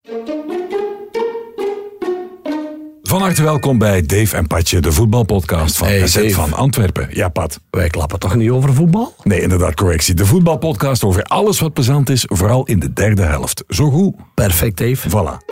Van harte welkom bij Dave en Patje, de voetbalpodcast van SZ van Antwerpen. Ja, Pat. Wij klappen toch niet over voetbal? Nee, inderdaad, correctie. De voetbalpodcast over alles wat plezant is, vooral in de derde helft. Zo goed. Perfect, Dave. Voilà.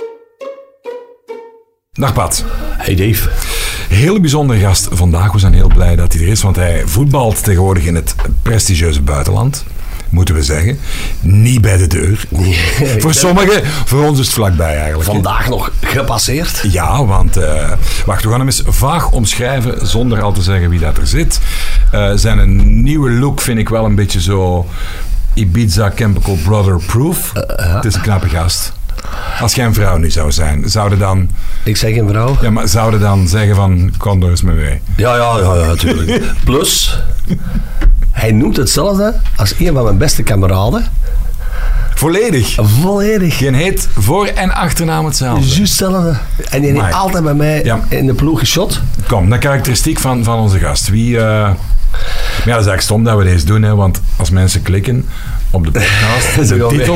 Dag Pat. Hey Dave. Hele bijzondere gast vandaag. We zijn heel blij dat hij er is, want hij voetbalt tegenwoordig in het prestigieuze buitenland. Moeten we zeggen. Niet bij de deur. Nee, voor sommigen, voor ons is het vlakbij eigenlijk. Vandaag nog gepasseerd. Ja, want wacht, we gaan hem eens vaag omschrijven zonder al te zeggen wie dat er zit. Zijn een nieuwe look vind ik wel een beetje zo Ibiza Chemical Brother proof. Het is een knappe gast. Als jij een vrouw nu zou zijn, zouden dan... Ik zeg een vrouw. Ja, maar zouden dan zeggen van, kom er eens mee mee. Ja, natuurlijk. Plus, hij noemt hetzelfde als een van mijn beste kameraden. Volledig. Je heet voor- en achternaam hetzelfde. Juist hetzelfde. En die heeft altijd bij mij in de ploeg geschot. Kom, de karakteristiek van onze gast. Wie... Maar ja, dat is eigenlijk stom dat we deze doen, hè, want als mensen klikken op de podcast, de titel,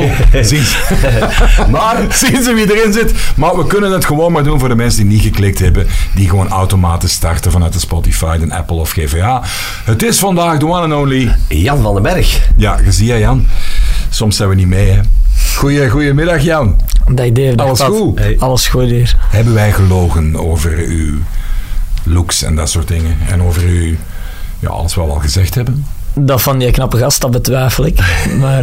zien ze wie erin zit. Maar we kunnen het gewoon maar doen voor de mensen die niet geklikt hebben, die gewoon automatisch starten vanuit de Spotify, de Apple of GVA. Het is vandaag de one and only... Jan van den Berg. Ja, je ziet Jan. Soms zijn we niet mee, hè. Goedemiddag, Jan. Dag Dave. Alles goed? Hey. Alles goed hier. Hebben wij gelogen over uw looks en dat soort dingen? En over uw... Ja, alles wat we al gezegd hebben. Dat van die knappe gast, dat betwijfel ik. Maar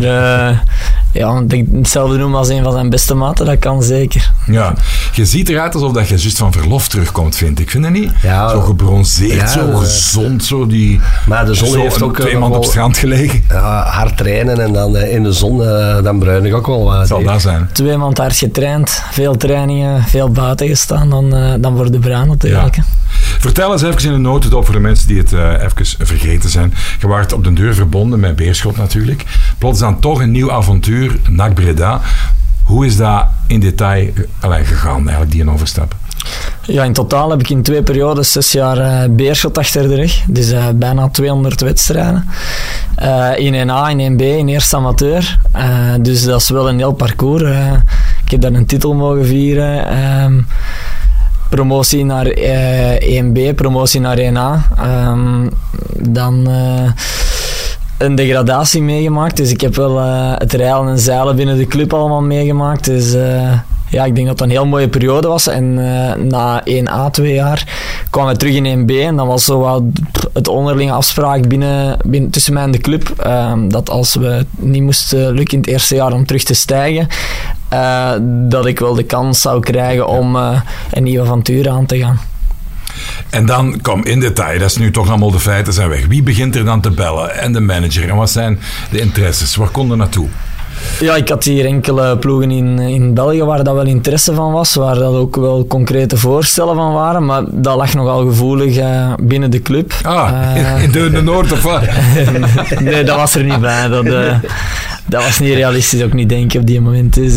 ik denk hetzelfde noemen als een van zijn beste maten, dat kan zeker. Ja, je ziet eruit alsof dat je juist van verlof terugkomt, vind ik. Vind je niet? Ja, zo gebronzeerd, zo gezond, zo die... Maar de zon heeft ook... 2 maanden op het strand gelegen. Ja, hard trainen en dan in de zon, dan bruin ik ook wel. Zal dat zijn? 2 maanden hard getraind, veel trainingen, veel buiten gestaan, dan wordt de bruin natuurlijk. Ja. Vertel eens even in de notendop voor de mensen die het even vergeten zijn. Je waart op de deur verbonden met Beerschot natuurlijk. Plots dan toch een nieuw avontuur, NAC Breda. Hoe is dat in detail gegaan, eigenlijk, die een overstap? Ja, in totaal heb ik in 2 periodes 6 jaar Beerschot achter de rug. Dus bijna 200 wedstrijden. In 1A, in 1B, in eerste amateur. Dus dat is wel een heel parcours. Ik heb daar een titel mogen vieren. Promotie naar 1B, promotie naar 1A. Dan een degradatie meegemaakt. Dus ik heb wel het rijlen en zeilen binnen de club allemaal meegemaakt. Dus ik denk dat dat een heel mooie periode was. En na 1A, 2 jaar, kwamen we terug in 1B. En dan was zo wat het onderlinge afspraak binnen tussen mij en de club. Dat als we het niet moesten lukken in het eerste jaar om terug te stijgen, dat ik wel de kans zou krijgen om een nieuw avontuur aan te gaan. En dan, kom in detail, dat is nu toch allemaal de feiten zijn weg. Wie begint er dan te bellen? En de manager? En wat zijn de interesses? Waar kon er naartoe? Ja, ik had hier enkele ploegen in België waar dat wel interesse van was, waar dat ook wel concrete voorstellen van waren, maar dat lag nogal gevoelig binnen de club. In Deurne-Noord of wat? Nee, dat was er niet bij. Dat was niet realistisch, ook niet, denk ik, op die moment. Dus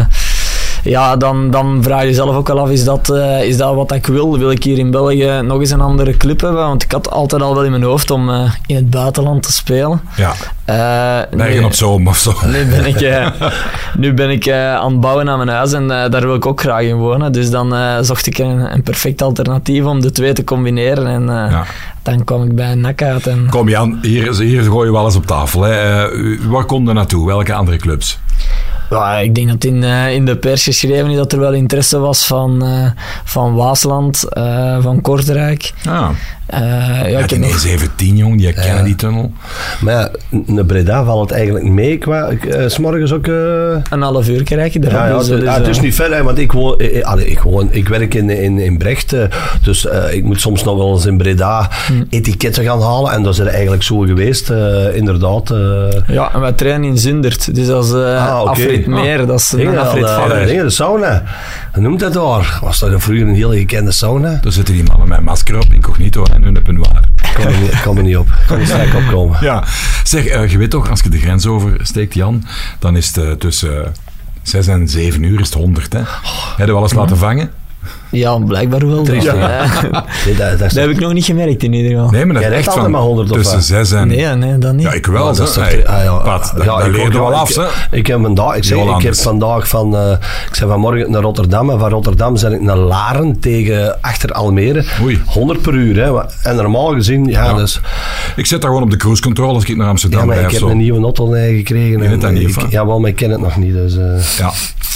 dan vraag je jezelf ook wel af, is dat wat ik wil? Wil ik hier in België nog eens een andere club hebben? Want ik had altijd al wel in mijn hoofd om in het buitenland te spelen. Ja. Bergen op Zoom of zo. Nu ben ik aan het bouwen aan mijn huis en daar wil ik ook graag in wonen. Dus dan zocht ik een perfect alternatief om de 2 te combineren. En dan kwam ik bij NAC uit. En... Kom Jan, hier gooi je wel eens op tafel. Hè. Waar kom je naartoe? Welke andere clubs? Ja, ik denk dat in de pers geschreven is dat er wel interesse was van Waasland, van Kortrijk. Ik ken 17, jong, die kennen die tunnel. Maar ja, naar Breda valt het eigenlijk mee qua... 's morgens ook... Een half uur krijg je erop. Het is niet ver, hè, want ik werk in Brecht, dus ik moet soms nog wel eens in Breda etiketten gaan halen en dat is er eigenlijk zo geweest, inderdaad. Ja, en wij trainen in Zundert, dus dat is afrit meer, dat is een afrit verder. De sauna, hoe noemt dat daar? Was dat vroeger een heel gekende sauna? Daar zitten die mannen met masker op, incognito en hun peignoir. Kom er niet op. Kan er straks opkomen. Ja. Zeg, je weet toch, als je de grens oversteekt, Jan, dan is het tussen 6 en 7 uur is het 100. Hè? Heb je wel eens laten vangen? Ja, blijkbaar wel. Triest, Nee, dat heb ik nog niet gemerkt in ieder geval. Nee, maar dat Jij is rijdt echt altijd van maar 100 of tussen wat? 6 en... Nee, dat niet. Ja, ik wel. Ja, dat is hè. toch- Pat, dat leer je wel af, hè. Ik heb vandaag ik ben vanmorgen naar Rotterdam en van Rotterdam ben ik naar Laren tegen achter Almere. Oei. 100 per uur, hè. En normaal gezien, dus... Ik zit daar gewoon op de cruise control als ik naar Amsterdam Ja, maar rijd. ik heb zo. een nieuwe auto gekregen. Je weet dat niet, of wat? Jawel, maar ik ken het nog niet, dus... Ja.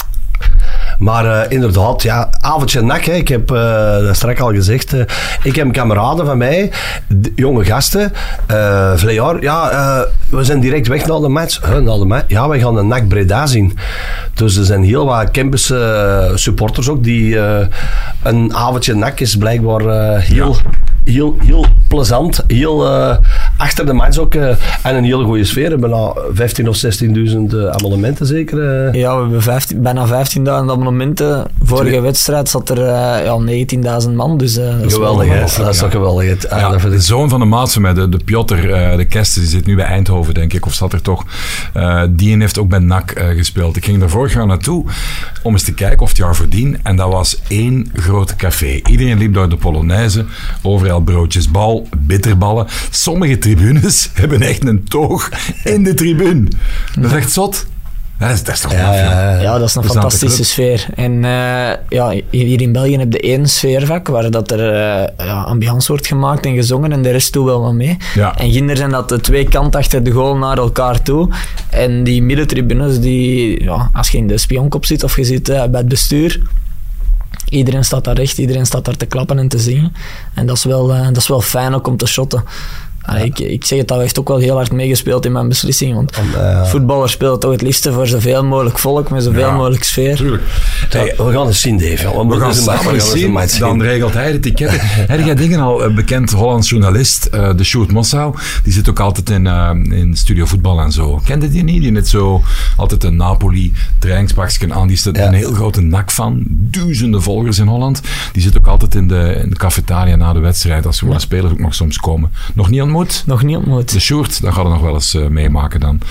Maar inderdaad, avondje nak. Hè. Ik heb dat straks al gezegd. Ik heb kameraden van mij, jonge gasten. Vlejar, we zijn direct weg naar de match. Ja, wij gaan een NAC Breda zien. Dus er zijn heel wat campus supporters ook die een avondje nak is blijkbaar heel plezant. Heel achter de match ook. En een hele goede sfeer. We hebben al 15.000 of 16.000 abonnementen zeker. Ja, we hebben bijna 15.000 abonnementen. Vorige wedstrijd zat er 19.000 man. Dus, dat is geweldig, hè? Dat is toch geweldig. De zoon van de maat van mij, de Piotr de Keste, die zit nu bij Eindhoven, denk ik, of zat er toch. Die heeft ook bij NAC gespeeld. Ik ging er vorig jaar naartoe om eens te kijken of het jaar voordien. En dat was één grote café. Iedereen liep door de Polonaise. Overal broodjes bal, bitterballen. Sommige tribunes hebben echt een toog in de tribune. Dat is echt zot. Dat is toch maf, ja, dat is een fantastische sfeer. En hier in België heb je één sfeervak waar dat er ambiance wordt gemaakt en gezongen en de rest doet wel wat mee. Ja. En ginder zijn dat de twee kanten achter de goal naar elkaar toe. En die middentribunes, als je in de spionkop zit of je zit bij het bestuur, iedereen staat daar recht, iedereen staat daar te klappen en te zingen. En dat is wel fijn ook om te shotten. Ik zeg het, dat heeft ook wel heel hard meegespeeld in mijn beslissing. Want voetballers spelen toch het liefste voor zoveel mogelijk volk, met zoveel mogelijk sfeer. Tuurlijk. Hey, we gaan eens zien, Dave. We gaan samen eens zien. Dan regelt hij de ticketten. Heb jij dingen al bekend Hollands journalist, de Sjoerd Mossau, die zit ook altijd in Studio Voetbal en zo. Kende die niet? Die net zo altijd een Napoli trainingspakje aan. Die is een heel grote NAC-fan. Duizenden volgers in Holland. Die zit ook altijd in de cafetaria na de wedstrijd, als gewoon spelers ook nog soms komen. Nog niet ontmoet? Nog niet ontmoet. De Sjoerd, dat gaat er nog wel eens meemaken dan.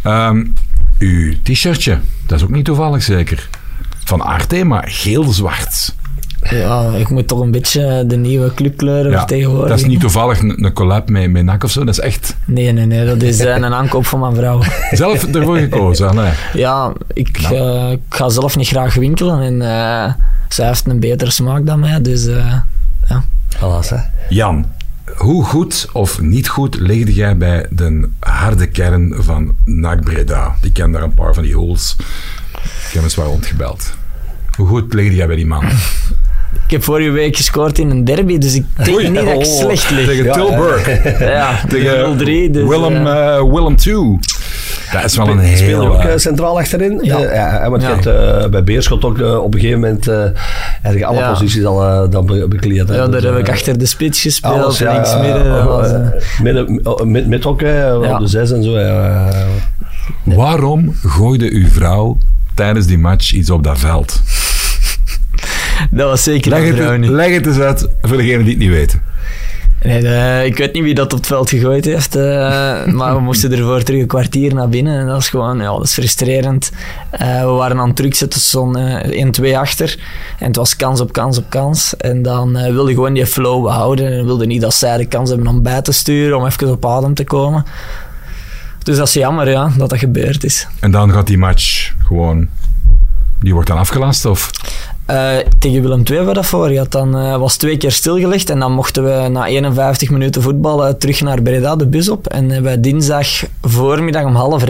Uw t-shirtje, dat is ook niet toevallig zeker. Van Arte, maar geel-zwart. Ja, ik moet toch een beetje de nieuwe clubkleuren vertegenwoordigen. Dat is niet toevallig een collab met NAC of zo, dat is echt... Nee, dat is een aankoop van mijn vrouw. Zelf ervoor gekozen, nee. Ja, ik ga zelf niet graag winkelen en zij heeft een betere smaak dan mij, dus ja. Alles, hè. Jan, hoe goed of niet goed ligde jij bij de harde kern van NAC Breda? Ik ken daar een paar van die holes. Ik heb eens wel rondgebeld. Hoe goed ligde jij bij die man? Ik heb vorige week gescoord in een derby, dus ik denk niet dat ik slecht lig. Tegen Tilburg. Tegen 0-3. Dus, Willem 2. Dat is wel een heel... Speel je ook centraal achterin? Ja, want je hebt bij Beerschot ook op een gegeven moment eigenlijk alle posities al dan bekleed. Ja, daar heb ik achter de spits gespeeld, links midden. Met ook, op de 6 en zo. Waarom gooide uw vrouw tijdens die match iets op dat veld? Dat was zeker een vrouw niet. Leg het eens uit voor degenen die het niet weten. Nee, ik weet niet wie dat op het veld gegooid heeft, maar we moesten ervoor terug een kwartier naar binnen en dat is gewoon, dat is frustrerend. We waren aan het terugzetten, zo'n 1-2 achter en het was kans op kans op kans en dan wilde je gewoon die flow behouden en wilde niet dat zij de kans hebben om bij te sturen, om even op adem te komen. Dus dat is jammer, dat gebeurd is. En dan gaat die match gewoon... Die wordt dan afgelast, of? Tegen Willem II hebben we dat voor gehad. Dan was 2 keer stilgelegd en dan mochten we na 51 minuten voetballen terug naar Breda, de bus op. En hebben we dinsdag voormiddag om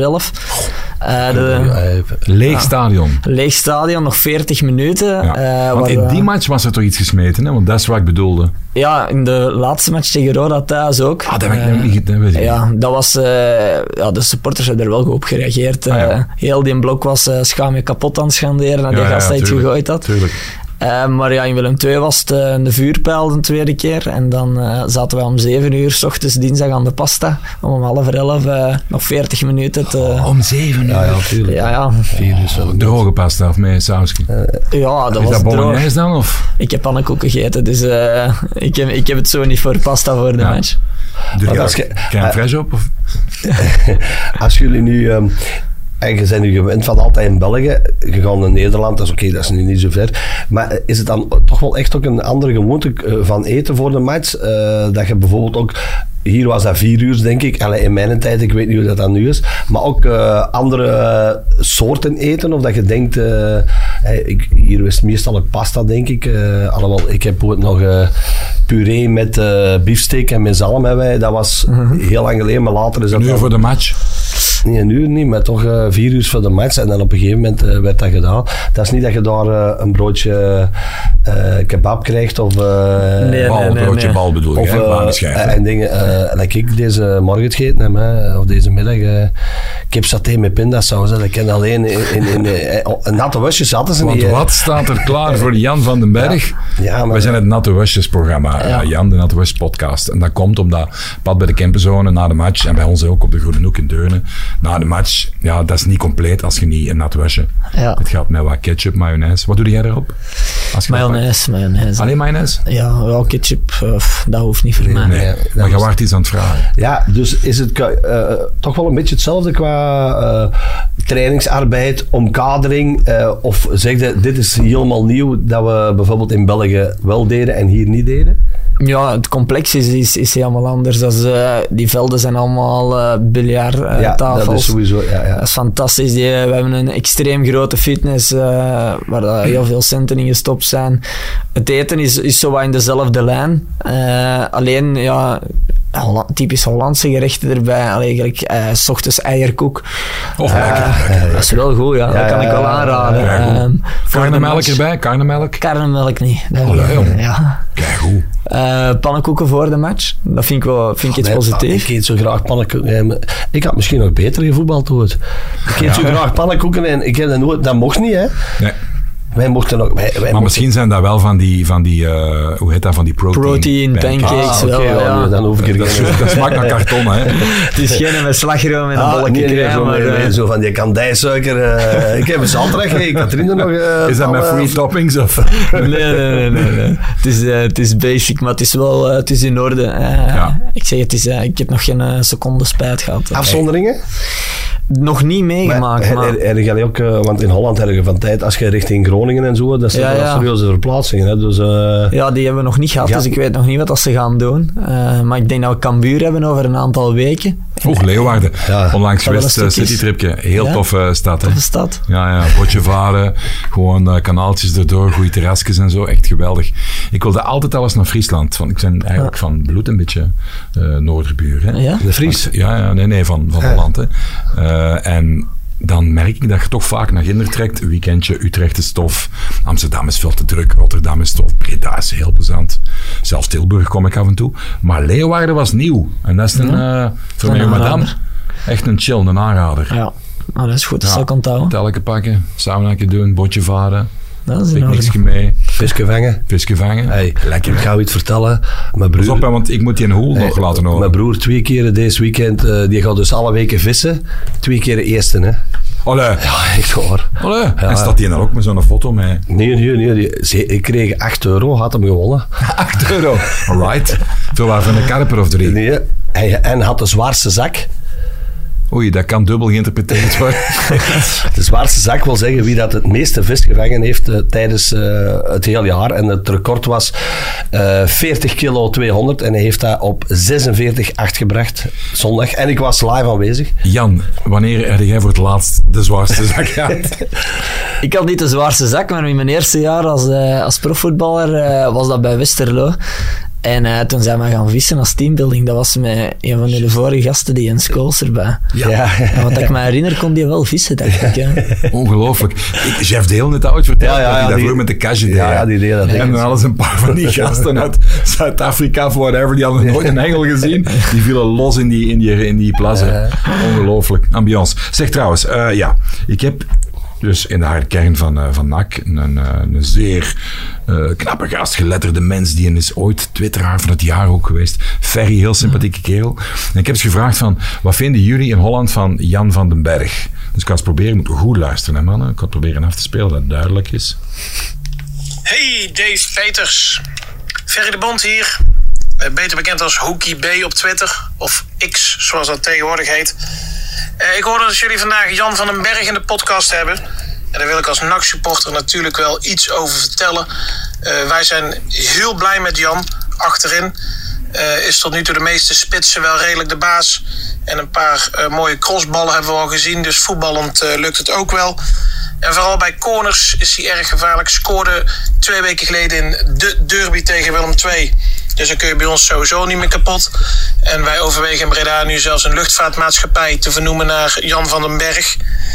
10:30 leeg stadion. Leeg stadion, nog 40 minuten. Ja. Want in die match was er toch iets gesmeten, hè? Want dat is wat ik bedoelde. Ja, in de laatste match tegen Roda thuis ook. Dat heb ik nog niet gedaan. Ja, dat was... de supporters hebben er wel goed op gereageerd. Heel die blok was schaam je kapot aan het schanderen dat die gast iets gegooid had. Tuurlijk. Maar in Willem II was het de vuurpijl de tweede keer. En dan zaten we om 7 uur 's ochtends dinsdag aan de pasta. Om 10:30 nog 40 minuten te... om 7 uur? Ja, tuurlijk. Ja. 4 uur zo. Droge pasta of met sausje? Ja, dat is was dat droog. bolognese dan? Of? Ik heb pannenkoeken gegeten, dus ik heb het zo niet voor pasta voor de match. Doe je crème fraîche op? Of? Als jullie nu... En je bent nu gewend van altijd in België. Je gaat naar Nederland, dat is oké, dat is nu niet zo ver. Maar is het dan toch wel echt ook een andere gewoonte van eten voor de match? Dat je bijvoorbeeld ook... Hier was dat 4 uur, denk ik. Allee, in mijn tijd, ik weet niet hoe dat nu is. Maar ook andere soorten eten. Of dat je denkt... hier is het meestal ook pasta, denk ik. Alhoewel, ik heb ook nog puree met biefstek en met zalm. Dat was heel lang geleden, maar later is dat... Een uur voor de match? Nee, een uur niet, maar toch 4 uur voor de match. En dan op een gegeven moment werd dat gedaan. Dat is niet dat je daar een broodje kebab krijgt of... broodje bal bedoel je, en dingen, like ik deze morgen gegeten heb, of deze middag, kipsaté met pindasaus. Dat ken je alleen in natte wasjes zaten ze niet. Want wat staat er klaar voor Jan van den Berg? Ja, we zijn het Natte Wasjes programma, Jan, de Natte Wasjes podcast. En dat komt omdat Pat bij de Kempenzone na de match, en bij ons ook op de Groene Hoek in Deurne, na de match, ja, dat is niet compleet als je niet een nat wasje. Ja. Het gaat met wat ketchup, mayonaise. Wat doe jij erop? Mayonaise. Alleen mayonaise? Ja, wel ketchup, dat hoeft niet voor mij. Nee. Maar je waart iets aan het vragen. Ja, dus is het toch wel een beetje hetzelfde qua trainingsarbeid, omkadering, of zeg je, dit is helemaal nieuw dat we bijvoorbeeld in België wel deden en hier niet deden? Ja, het complex is helemaal anders. Die velden zijn allemaal biljarttafels. Dat is sowieso, ja. Dat is fantastisch. We hebben een extreem grote fitness waar heel veel centen in gestopt zijn. Het eten is zo wat in dezelfde lijn. Alleen, ja... typisch Hollandse gerechten erbij. Gelijk 's ochtends eierkoek. Lekker. Dat is wel goed, ja. Dat kan ik wel aanraden. Karnemelk erbij? Karnemelk? Karnemelk niet. Kijk goed. Pannenkoeken voor de match. Dat vind ik iets positiefs. Ik eet zo graag pannenkoeken. Ik had misschien nog beter gevoetbald ooit. Ik eet zo graag pannenkoeken en ik heb dat nooit... Dat mocht niet, hè? Nee. Wij mochten ook... maar misschien zijn dat wel van die hoe heet dat, van die protein pancakes. Dan hoef ik dat smaakt naar karton, hè. Het is geen met slagroom en een bolletje crème. Zo van die kandijsuiker. Ik heb een zaltrek, ik had erin nog... is dat met free toppings, of? Nee. Het is basic, maar het is wel het is in orde. Ik zeg, ik heb nog geen seconde spijt gehad. Afzonderingen? Nog niet meegemaakt. Maar erg ook, want in Holland heb je van tijd, als je richting Groningen en zo, dat zijn wel serieuze verplaatsingen. Hè? Dus, ja, die hebben we nog niet gehad, dus ik weet nog niet wat ze gaan doen. Maar ik denk dat we Cambuur hebben over een aantal weken. Leeuwarden. Onlangs geweest, citytripje. Heel toffe stad. Toffe stad. Ja, botje varen, gewoon kanaaltjes erdoor, goede terrasjes en zo. Echt geweldig. Ik wilde altijd al eens naar Friesland, want ik ben eigenlijk van bloed een beetje Noorderbuur. Hè? Ja? De Fries? Nee, van Holland. Hè. En dan merk ik dat je toch vaak naar Ginder trekt. Een weekendje, Utrecht is tof. Amsterdam is veel te druk. Rotterdam is tof. Breda is heel plezant. Zelfs Tilburg kom ik af en toe. Maar Leeuwarden was nieuw. En dat is voor mij madame echt een chill, een aanrader. Ja, dat is goed. Dat zal ik onthouden. Telken pakken, saunaatje doen, botje varen. Dat is in orde. Niks mee. Visje vangen. Hey, lekker. Ik ga u iets vertellen. Mijn broer, pas op, want ik moet die een hoel nog laten horen. Mijn broer 2 keer deze weekend, die gaat dus alle weken vissen. 2 keer de eerste, hè. Olé. Ja, echt hoor. Olé. Ja. En staat die dan ook met zo'n foto mee? Nee. Ik kreeg €8, had hem gewonnen. €8? Alright. Veel waar van een karper of 3? Nee. En had de zwaarste zak. Oei, dat kan dubbel geïnterpreteerd worden. De zwaarste zak wil zeggen wie dat het meeste vis gevangen heeft tijdens het hele jaar. En het record was 40 kilo 200. En hij heeft dat op 46,8 gebracht zondag. En ik was live aanwezig. Jan, wanneer heb jij voor het laatst de zwaarste zak gehad? Ik had niet de zwaarste zak, maar in mijn eerste jaar als profvoetballer was dat bij Westerlo. En toen zijn we gaan vissen als teambuilding. Dat was met een van de vorige gasten, die Jens Kools erbij. Ja. En wat ik me herinner, kon die wel vissen, dacht ik. Ja. Ongelooflijk. Jeff Dale net oud verteld dat hij daarvoor met de cash deed. Ja, die deed dat. En dan hadden ze een paar van die gasten uit Zuid-Afrika of whatever, die hadden nooit een engel gezien. Die vielen los in die plassen. Ongelooflijk. Ambiance. Zeg trouwens, ik heb... Dus in de harde kern van NAC, een zeer knappe gast, geletterde mens, die is ooit twitteraar van het jaar ook geweest. Ferry, heel sympathieke kerel. En ik heb eens gevraagd van, wat vinden jullie in Holland van Jan van den Berg? Dus ik ga eens proberen, moet goed luisteren hè mannen. Ik ga het proberen af te spelen, dat het duidelijk is. Hey, Dave Peters. Ferry de Bond hier. Beter bekend als Hoekie B op Twitter, of X zoals dat tegenwoordig heet. Ik hoorde dat jullie vandaag Jan van den Berg in de podcast hebben. En daar wil ik als NAC-supporter natuurlijk wel iets over vertellen. Wij zijn heel blij met Jan achterin. Is tot nu toe de meeste spitsen wel redelijk de baas. En een paar mooie crossballen hebben we al gezien. Dus voetballend lukt het ook wel. En vooral bij corners is hij erg gevaarlijk. Scoorde 2 weken geleden in de derby tegen Willem II. Dus dan kun je bij ons sowieso niet meer kapot. En wij overwegen in Breda nu zelfs een luchtvaartmaatschappij te vernoemen naar Jan van den Berg.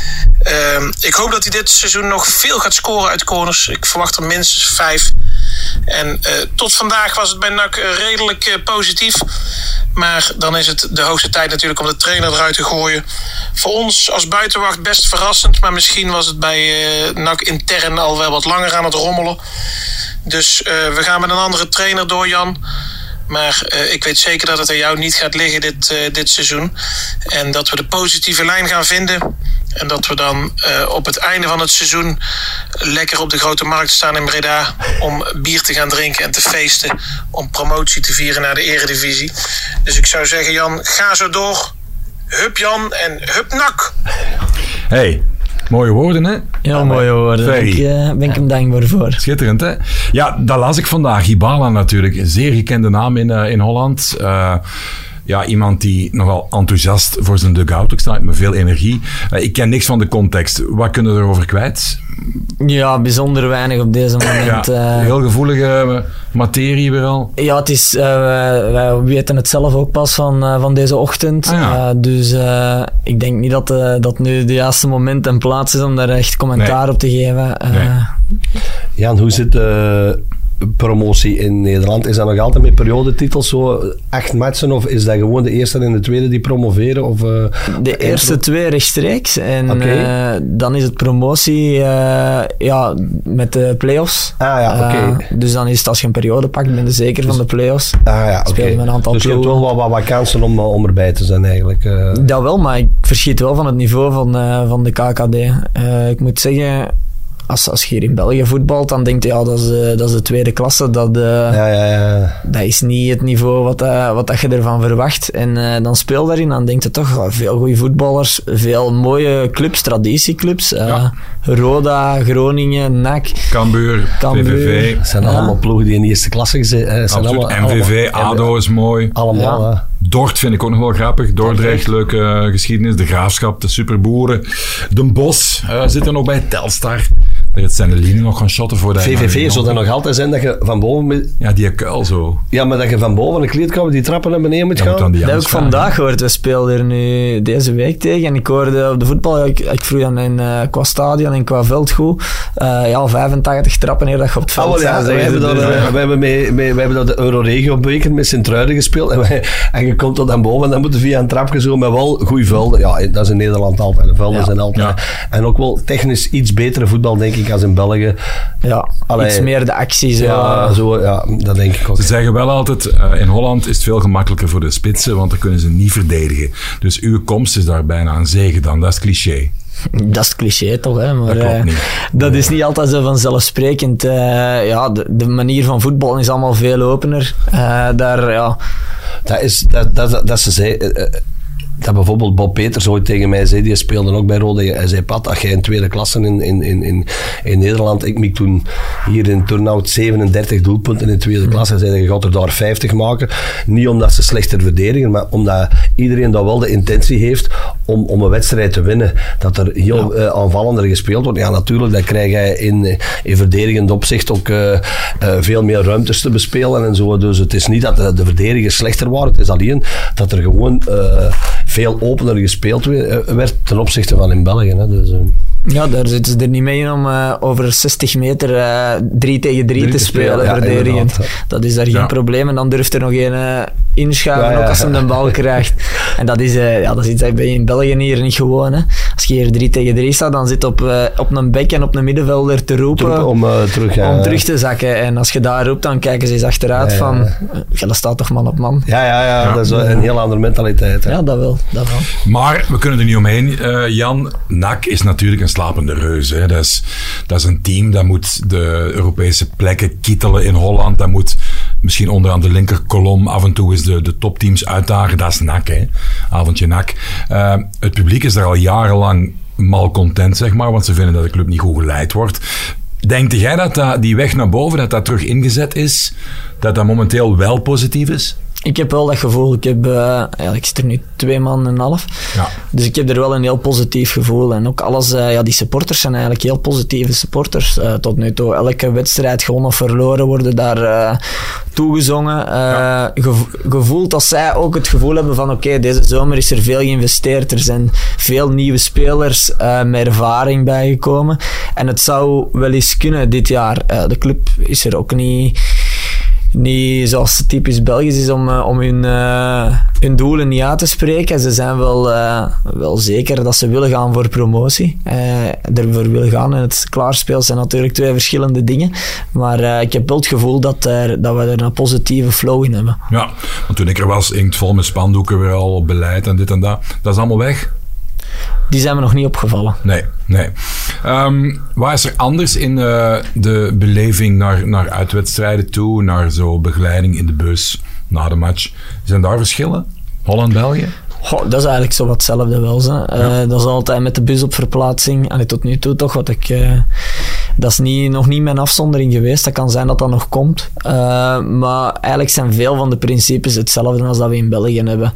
Ik hoop dat hij dit seizoen nog veel gaat scoren uit corners. Ik verwacht er minstens 5. En tot vandaag was het bij NAC redelijk positief. Maar dan is het de hoogste tijd natuurlijk om de trainer eruit te gooien. Voor ons als buitenwacht best verrassend. Maar misschien was het bij NAC intern al wel wat langer aan het rommelen. Dus we gaan met een andere trainer door, Jan. Maar ik weet zeker dat het aan jou niet gaat liggen dit seizoen. En dat we de positieve lijn gaan vinden. En dat we dan op het einde van het seizoen lekker op de grote markt staan in Breda. Om bier te gaan drinken en te feesten. Om promotie te vieren naar de eredivisie. Dus ik zou zeggen, Jan, ga zo door. Hup Jan en hup NAC. Hey, mooie woorden, hè? Ja, mooie woorden. Daar ben ik hem dankbaar voor. Schitterend, hè? Ja, dat las ik vandaag. Hibala natuurlijk. Een zeer gekende naam in Holland. Iemand die nogal enthousiast voor zijn dugout ook staat, met veel energie. Ik ken niks van de context. Wat kunnen we erover kwijt? Ja, bijzonder weinig op deze moment. Heel gevoelige materie weer al. Ja, het is, wij weten het zelf ook pas van deze ochtend. Dus ik denk niet dat nu de juiste moment en plaats is om daar echt commentaar op te geven. Jan, hoe zit promotie in Nederland? Is dat nog altijd met periodetitels zo 8 matchen of is dat gewoon de eerste en de tweede die promoveren? Of, de eerste 2 rechtstreeks en dan is het promotie met de play-offs. Dus dan is het als je een periode pakt, ben je zeker van de play-offs. Spelen we een aantal dus je hebt wel wat kansen om erbij te zijn eigenlijk. Dat wel, maar ik verschiet wel van het niveau van de KKD. Ik moet zeggen, als je hier in België voetbalt, dan denk je, dat is de tweede klasse. Dat is niet het niveau wat je ervan verwacht. En dan speel daarin, dan denk je toch, veel goede voetballers, veel mooie clubs, traditieclubs. Roda, Groningen, NAC. Cambuur. VVV. Het zijn allemaal ploegen die in de eerste klasse zijn. MVV, ADO is mooi. Allemaal, Dort vind ik ook nog wel grappig. Dordrecht, leuke geschiedenis. De Graafschap, de Superboeren. Den Bosch zit er nog bij. Telstar. Het zijn de linie nog gaan shotten voor de VVV, zou dat nog altijd zijn dat je van boven... Ja, die kuil zo. Ja, maar dat je van boven een kleedkamer die trappen naar beneden moet gaan. Dat heb ik vandaag gehoord. We speelden er nu deze week tegen en ik hoorde op de voetbal, ik vroeg dan qua stadion en qua veld goed, 85 trappen eer dat je op het veld staat. We hebben dat de Euroregio-beker met Sint-Truiden gespeeld en je komt tot aan boven en dan moet je via een trapje zo met wel goede velden. Ja, dat is in Nederland altijd. De velden zijn altijd. Ja. En ook wel technisch iets betere voetbal, denk ik, als in België. Ja, iets meer de actie. Dat denk ik ook. Ze zeggen wel altijd, in Holland is het veel gemakkelijker voor de spitsen, want dan kunnen ze niet verdedigen. Dus uw komst is daar bijna een zegen dan. Dat is cliché. Dat is cliché toch, hè? Maar dat klopt niet. Dat is niet altijd zo vanzelfsprekend. De manier van voetballen is allemaal veel opener. Dat ze zei... Dat bijvoorbeeld Bob Peters ooit tegen mij zei, die speelde ook bij Roda. Hij zei, Pat, als jij in tweede klasse in Nederland, ik maak toen hier in Turnhout 37 doelpunten in tweede klasse. Hij zei, je gaat er daar 50 maken. Niet omdat ze slechter verdedigen, maar omdat iedereen dat wel de intentie heeft om een wedstrijd te winnen. Dat er heel aanvallender gespeeld wordt. Ja, natuurlijk, dan krijg je in verdedigend opzicht ook veel meer ruimtes te bespelen en zo. Dus het is niet dat de verdedigers slechter waren. Het is alleen dat er gewoon veel opener gespeeld werd ten opzichte van in België. Hè. Dus, ja, daar zitten ze er niet mee in om over 60 meter 3 tegen 3 te spelen, verdedigend. Dat is daar geen probleem. En dan durft er nog één inschuiven, ook als hij de bal krijgt. En dat is iets dat je in België hier niet gewoon. Hè. Als je hier 3 tegen 3 staat, dan zit op een bek en op een middenvelder te roepen om terug te zakken. En als je daar roept, dan kijken ze eens achteruit van, dat staat toch man op man. Ja. Dat is een heel andere mentaliteit. Hè. Ja, dat wel. Maar we kunnen er niet omheen, Jan. NAC is natuurlijk een slapende reus. Hè. Dat is een team dat moet de Europese plekken kietelen in Holland. Dat moet misschien onderaan de linkerkolom af en toe eens de topteams uitdagen. Dat is NAC, hè. Avondje NAC. Het publiek is daar al jarenlang malcontent, zeg maar, want ze vinden dat de club niet goed geleid wordt. Denk jij dat die weg naar boven, dat terug ingezet is, dat momenteel wel positief is? Ik heb wel dat gevoel. Ik zit er nu 2,5 maanden. Ja. Dus ik heb er wel een heel positief gevoel. En ook alles, die supporters zijn eigenlijk heel positieve supporters. Tot nu toe, elke wedstrijd gewonnen of verloren worden daar toegezongen. Gevoeld dat zij ook het gevoel hebben van oké, deze zomer is er veel geïnvesteerd. Er zijn veel nieuwe spelers met ervaring bijgekomen. En het zou wel eens kunnen dit jaar. De club is er ook niet zoals het typisch Belgisch is om hun doelen niet uit te spreken. Ze zijn wel zeker dat ze willen gaan voor promotie. Ervoor willen gaan en het klaarspelen zijn natuurlijk 2 verschillende dingen. Maar ik heb wel het gevoel dat we er een positieve flow in hebben. Ja, want toen ik er was, hing het vol met spandoeken weer al op beleid en dit en dat. Dat is allemaal weg? Die zijn me nog niet opgevallen. Nee. Wat is er anders in de beleving naar uitwedstrijden toe, naar zo begeleiding in de bus na de match? Zijn daar verschillen? Holland-België? Dat is eigenlijk zo wat hetzelfde wel. Dat is altijd met de bus op verplaatsing. En tot nu toe toch dat is nog niet mijn afzondering geweest. Dat kan zijn dat dat nog komt. Maar eigenlijk zijn veel van de principes hetzelfde als dat we in België hebben.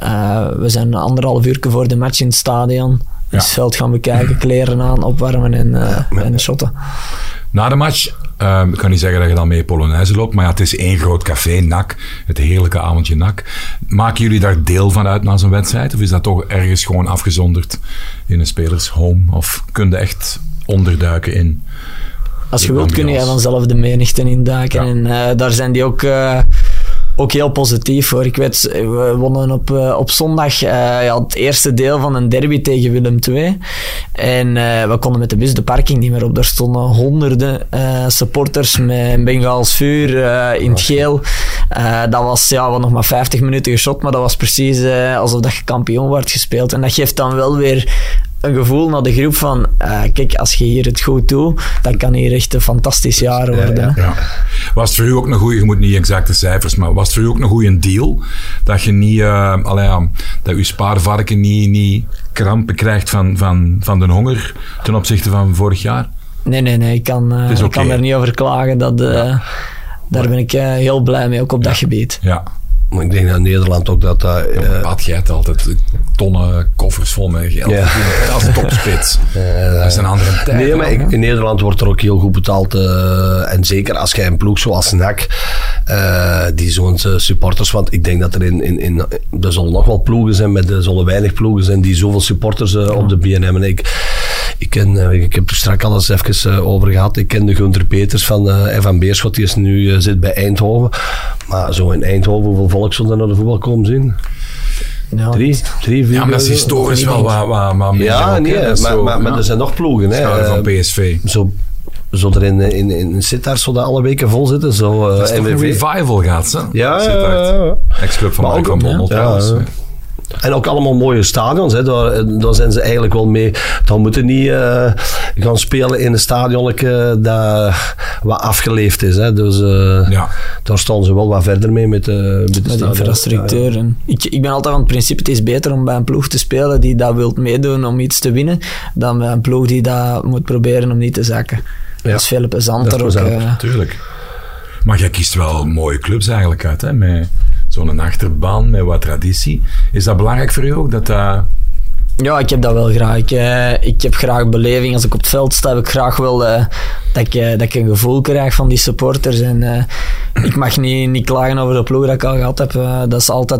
We zijn 1,5 uur voor de match in het stadion. Het veld gaan bekijken, kleren aan, opwarmen en shotten. Na de match, ik kan niet zeggen dat je dan mee Polonaise loopt, maar het is 1 groot café, NAC, het heerlijke avondje NAC. Maken jullie daar deel van uit na zo'n wedstrijd? Of is dat toch ergens gewoon afgezonderd in een spelershome? Of kun je echt onderduiken in? Als je wilt kun je vanzelf de menigten induiken. En daar zijn die ook heel positief voor. Ik weet, we wonnen op zondag het eerste deel van een derby tegen Willem II. En we konden met de bus de parking niet meer op. Daar stonden honderden supporters met een Bengaals vuur in het geel. Dat was, we hadden nog maar 50 minuten geschot, maar dat was precies alsof dat je kampioen wordt gespeeld. En dat geeft dan wel weer een gevoel naar de groep van kijk, als je hier het goed doet, dan kan hier echt een fantastisch jaar worden. Ja. Was het voor u ook een goeie, je moet niet exacte cijfers, maar was het voor u ook een goeie deal dat je niet, dat uw spaarvarken niet krampen krijgt van de honger ten opzichte van vorig jaar? Nee, ik kan er niet over klagen. Daar ben ik heel blij mee, ook op dat gebied. Ja. Maar ik denk dat in Nederland ook dat... Pat jij het altijd tonnen koffers vol met geld. Ja. Als topspits. Dat is een andere tijd. Nee, maar in Nederland wordt er ook heel goed betaald. En zeker als jij een ploeg zoals NAC, die zo'n supporters... Want ik denk dat er er zullen nog wel ploegen zijn, er zullen weinig ploegen zijn die zoveel supporters op de been hebben. Ik heb er straks al eens even over gehad. Ik ken de Gunther Peters van Beerschot, die nu zit bij Eindhoven. Maar zo in Eindhoven, hoeveel volk zullen er naar de voetbal komen zien? Ja, 3, 4. Ja, maar dat is historisch wel wat meer. Ja, maar er zijn nog ploegen. Van PSV. Zo er in Sittard, zo dat alle weken vol zitten. Zo, dat is toch een revival gaat, hè? Ja. Ex-club van Mark van Bommel trouwens. En ook allemaal mooie stadions. Hè. Daar zijn ze eigenlijk wel mee. Dan moeten niet gaan spelen in een stadionnetje dat wat afgeleefd is. Hè. Dus daar staan ze wel wat verder mee met de infrastructuur. Ja. Ik ben altijd van het principe, het is beter om bij een ploeg te spelen die dat wil meedoen om iets te winnen, dan bij een ploeg die dat moet proberen om niet te zakken. Ja. Dat is veel plezanter. Tuurlijk. Maar jij kiest wel mooie clubs eigenlijk uit, hè? Met zo'n achterban, met wat traditie. Is dat belangrijk voor jou ook? Ja, ik heb dat wel graag. Ik heb graag beleving. Als ik op het veld sta, heb ik graag wel dat ik een gevoel krijg van die supporters. En ik mag niet klagen over de ploeg dat ik al gehad heb. Dat is altijd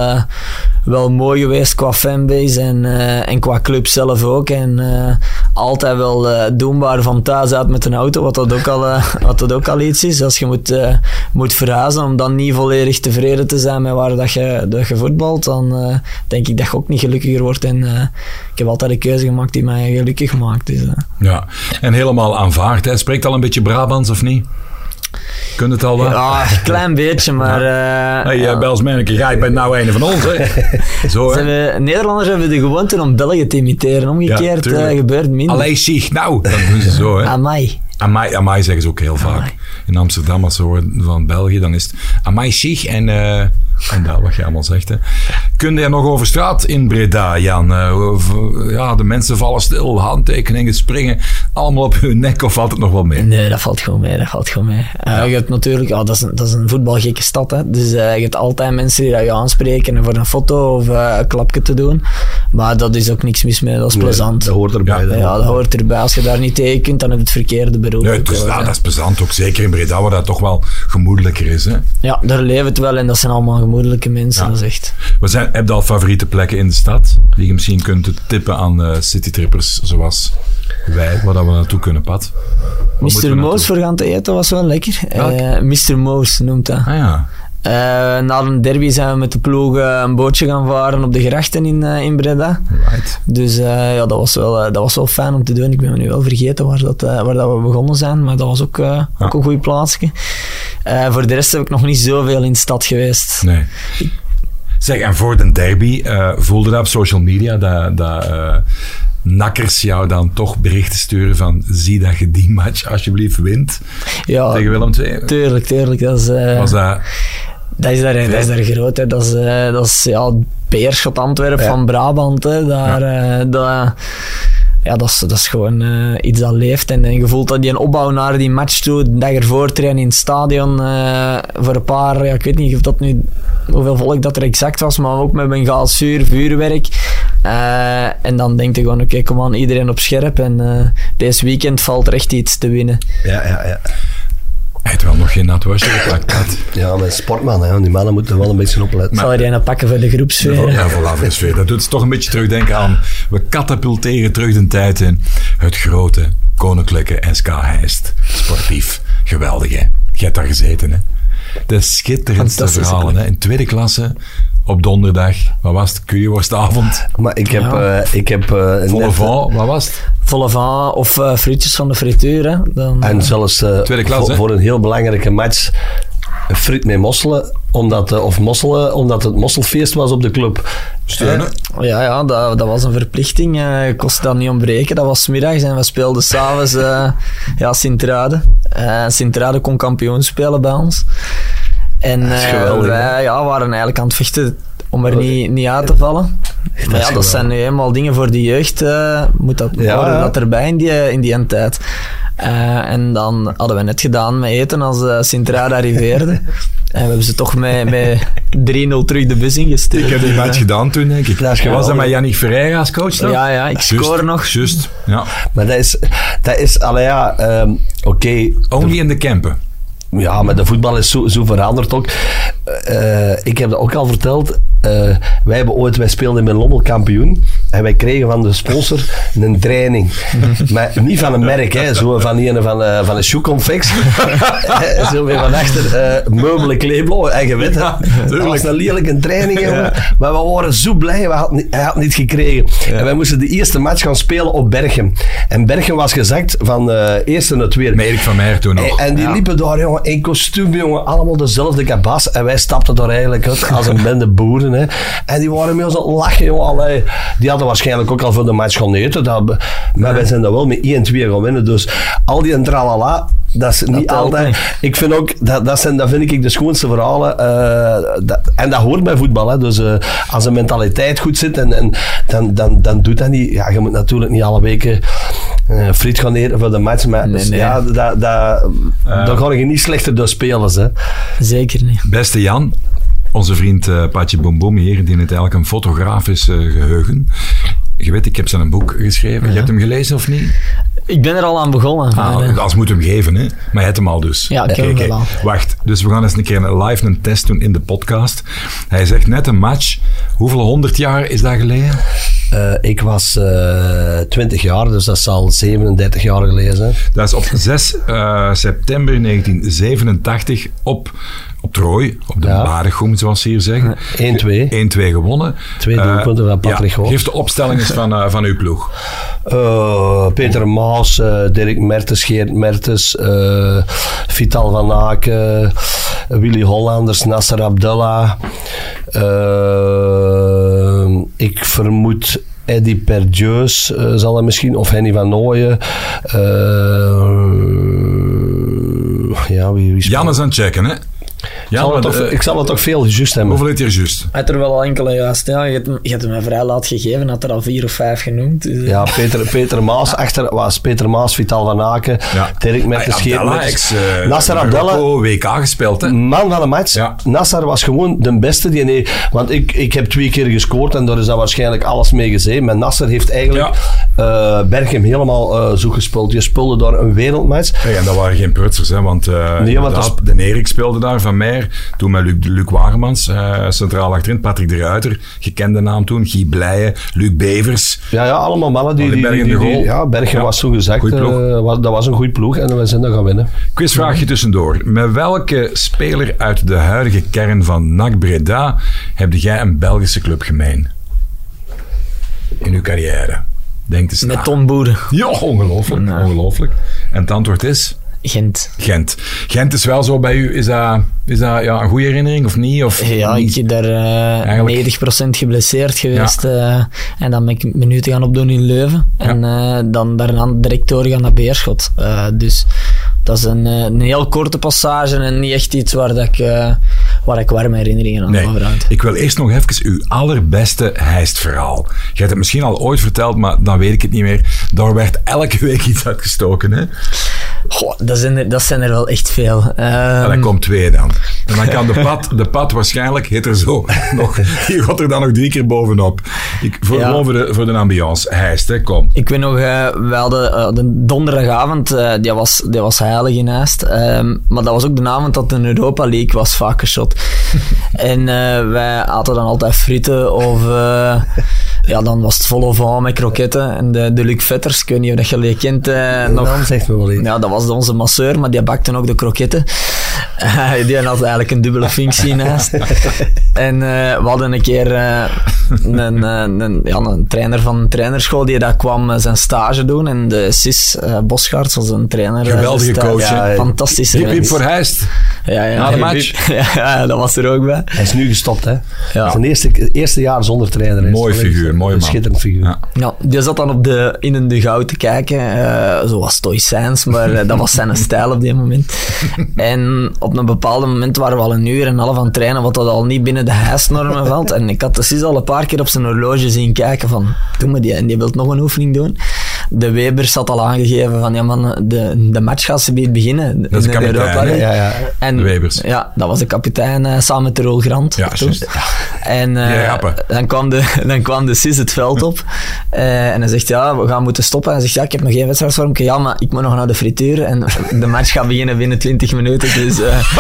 wel mooi geweest qua fanbase en qua club zelf ook. En altijd wel doenbaar van thuis uit met een auto, wat dat ook al iets is. Als je moet verhuizen om dan niet volledig tevreden te zijn met waar dat je voetbalt, dan denk ik dat je ook niet gelukkiger wordt. En ik heb altijd een keuze gemaakt die mij gelukkig maakt. Dus, ja, en helemaal aanvaard. Hè? Spreekt al een beetje Brabants of niet? Kun je het al wel? Ja, een klein beetje, maar... Hey, Belsmanneke, jij bent nou een van ons, hè? Zo, hè? Nederlanders hebben de gewoonte om België te imiteren. Omgekeerd gebeurt minder. Allee, zeg, nou! Dan doen ze zo, hè? Amai. Amai zeggen ze ook heel vaak. In Amsterdam, als ze horen van België, dan is het amai zich en dat wat je allemaal zegt. Hè. Kun je nog over straat in Breda, Jan? De mensen vallen stil, handtekeningen springen, allemaal op hun nek, of valt het nog wel mee? Nee, dat valt gewoon mee. Je hebt natuurlijk, dat is een voetbalgekke stad, hè. Dus je hebt altijd mensen die je aanspreken voor een foto of een klapje te doen. Maar dat is ook niks mis mee, dat is plezant. Dat hoort erbij. Ja, dat hoort erbij. Als je daar niet tegen kunt, dan heb je het verkeerde beroep. Nee, dus dat is plezant, ook zeker in Breda, waar dat toch wel gemoedelijker is. Hè? Ja, daar leeft het wel en dat zijn allemaal gemoedelijke mensen, dat is echt. Heb je al favoriete plekken in de stad, die je misschien kunt tippen aan citytrippers zoals wij, waar we naartoe kunnen, Pat? Mr. Moos voor gaan te eten was wel lekker. Mr. Moos noemt dat. Ah ja. Na een derby zijn we met de ploeg een bootje gaan varen op de grachten in Breda. Right. Dus dat was wel fijn om te doen. Ik ben me nu wel vergeten waar dat we begonnen zijn, maar dat was ook een goed plaatsje. Voor de rest heb ik nog niet zoveel in de stad geweest. Nee. Zeg, en voor de derby voelde dat op social media dat nakkers jou dan toch berichten sturen van zie dat je die match alsjeblieft wint tegen Willem II? Tuurlijk. Dat is daar groot. Hè. Dat is Beerschot Antwerpen van Brabant. Hè. Dat is gewoon iets dat leeft. En je voelt dat die een opbouw naar die match toe, de dag ervoor trainen in het stadion voor een paar, ik weet niet of dat nu hoeveel volk dat er exact was, maar ook met Bengaals vuurwerk. En dan denk je gewoon, oké, kom aan, iedereen op scherp. En deze weekend valt er echt iets te winnen. Ja. Hij heeft wel nog geen nat wasje gepakt, Pat. Ja, maar sportman, hè. Die mannen moeten wel een beetje opletten. Zal je een pakken voor de groepsfeer? Ja, voor de sfeer. Dat doet het toch een beetje terugdenken aan, we katapulteren terug de tijd in het grote, koninklijke SK Heist. Sportief. Geweldig, hè. Je hebt daar gezeten, hè. De schitterendste verhalen, hè. In tweede klasse, op donderdag, wat was het? Curryworstavond. Maar ik heb volle van, wat was het? Volle van of frietjes van de frituur. Hè. Dan, en zelfs tweede klas, voor een heel belangrijke match friet met mosselen, omdat het mosselfeest was op de club. Steunen? Ja, dat was een verplichting. Kostte dat niet ontbreken. Dat was 's middags en we speelden s'avonds Sint-Truiden. Sint-Truiden kon kampioen spelen bij ons. En wij waren eigenlijk aan het vechten om er niet uit te vallen. Maar dat zijn nu eenmaal dingen voor de jeugd. Moet dat horen dat erbij in die tijd. En dan hadden we net gedaan met eten als Sint-Truiden arriveerde. En we hebben ze toch met 3-0 terug de bus ingestuurd. Ik heb die match gedaan toen, denk ik. Was dat met Yannick Ferreira als coach dan? Ja, ik scoor nog. Juist, ja. Maar dat is oké. Only in de Kempen. Ja, maar de voetbal is zo veranderd ook. Ik heb dat ook al verteld. Wij speelden in Lommel kampioen. En wij kregen van de sponsor een training. Maar niet van een merk, hè. Zo van een shoeconfex. Zo weer van achter meubelen Kleeblo. En je weet het. Dat was een lelijke training, jongen. Maar we waren zo blij. Hij had niet gekregen. En wij moesten de eerste match gaan spelen op Berchem. En Berchem was gezakt van eerste naar tweede. Met Erik van Meijer toen nog. En die liepen daar, jongen, in kostuum, jongen. Allemaal dezelfde kabas. En wij stapten daar eigenlijk uit als een bende boeren, hè. En die waren met ons aan het lachen, jongen. Allee. Die hadden waarschijnlijk ook al voor de match gaan eten. Maar wij zijn dat wel met 1-2 gaan winnen. Dus al die tralala, dat is niet altijd. Niet. Ik vind ook, dat vind ik de schoonste verhalen. En dat hoort bij voetbal. Hè. Dus als een mentaliteit goed zit, dan doet dat niet. Ja, je moet natuurlijk niet alle weken friet gaan eten voor de match. Maar nee. Ja, dan ga je niet slechter door spelers. Hè. Zeker niet. Beste Jan. Onze vriend Patje Boom Boom hier, die heeft eigenlijk een fotografisch geheugen. Je weet, ik heb zijn boek geschreven. Ja. Je hebt hem gelezen of niet? Ik ben er al aan begonnen. Als moet hem geven, hè? Maar je hebt hem al dus. Ja, ik heb hem wel al. Wacht, dus we gaan eens een keer live een test doen in de podcast. Hij zegt net een match. Hoeveel 100 jaar is dat geleden? Ik was 20 jaar, dus dat zal 37 jaar geleden zijn. Dat is op 6 september 1987 op Trooi, op de Badegoem, zoals ze hier zeggen. 1-2 gewonnen. 2 doelpunten van Patrick Hoog. Geef de opstelling eens van uw ploeg. Peter Maas, Dirk Mertens, Geert Mertens, Vital van Aken, Willy Hollanders, Nasser Abdallah. Ik vermoed Eddy Perjeus zal er misschien, of Henny van Nooyen. Ja, wie speelt? Jan is aan het checken, hè? Ik zal het toch veel juist hebben. Hoeveel heeft hij er juist? Hij had er wel al enkele juist. Ja, je hebt hem vrij laat gegeven, had er al 4 of 5 genoemd. Dus, Ja, Peter Maas, achter was Peter Maas, Vital van Aken, Dirk met de scheepmeters. Nasser Abdallah. WK gespeeld, hè? Man van de match. Ja. Nasser was gewoon de beste. Want ik heb 2 keer gescoord en daar is dat waarschijnlijk alles mee gezien. Maar Nasser heeft eigenlijk Berchem helemaal zo gespeeld. Je speelde daar een wereldmatch. Ja, en dat waren geen prutsers, hè? Want de Erik speelde daar, Van Meijer, toen met Luc Wagemans, centraal achterin, Patrick de Ruiter, gekende naam toen, Guy Blijen, Luc Bevers. Ja, allemaal mannen die Berchem was zo gezegd. Dat was een goede ploeg en we zijn dan gaan winnen. Quizvraagje tussendoor. Met welke speler uit de huidige kern van NAC Breda heb jij een Belgische club gemeen? In uw carrière. Denk eens na. Met Tom Boeren. Ja, ongelooflijk. Nee. Ongelooflijk. En het antwoord is? Gent is wel zo bij u. Is dat een goede herinnering of niet? Ik ben daar 90% geblesseerd geweest. En dan ben ik minuten gaan opdoen in Leuven. En dan daarna direct doorgaan naar Beerschot. Dus dat is een heel korte passage en niet echt iets waar ik warme herinneringen aan overhoud. Ik wil eerst nog even uw allerbeste Heist-verhaal. Je hebt het misschien al ooit verteld, maar dan weet ik het niet meer. Daar werd elke week iets uitgestoken, hè? Goh, dat zijn er wel echt veel. Dat komt 2 dan. En dan kan de pad waarschijnlijk, heet er zo nog, die gaat er dan nog 3 keer bovenop. Gewoon voor de ambiance. Heist, hè, kom. Ik weet nog, we hadden de donderdagavond, die was heilig in Heist. Maar dat was ook de avond dat de Europa League was vaak geschot. En wij aten dan altijd frieten of... dan was het vol van met kroketten. En de Luc Vetters, ik weet niet of je die kent. Naam zegt me wel iets. Ja, dat was onze masseur, maar die bakte ook de kroketten. Die had eigenlijk een dubbele functie naast. En we hadden een keer een trainer van een trainerschool die daar kwam zijn stage doen. En de Sis Bosgaard was een trainer. Geweldige coach. Ja, fantastische mens. Hip voor Heist. Na de match. Ja, dat was er ook bij. Hij is nu gestopt, hè. Ja. Zijn eerste jaar zonder trainer. Mooi figuur, mooi man. Schitterend figuur. Ja, die zat dan in een dugout te kijken. Zo was stoïcijns, maar dat was zijn stijl op die moment. En op een bepaald moment waren we al 1 uur en half aan het trainen, wat dat al niet binnen de Heist-normen valt. En ik had de Sis al een paar keer op zijn horloge zien kijken van, doe maar die, en die wil nog een oefening doen. De Webers had al aangegeven van, ja man, de match gaat ze bij beginnen. Dat is de kapitein, ja. En, de Webers. Ja, dat was de kapitein samen met de Roel Grant. Ja, juist. En dan kwam de Sis het veld op en hij zegt, ja, we gaan moeten stoppen. En hij zegt, ja, ik heb nog geen wedstrijdsvormje. Ja, maar ik moet nog naar de frituur en de match gaat beginnen binnen 20 minuten. Dus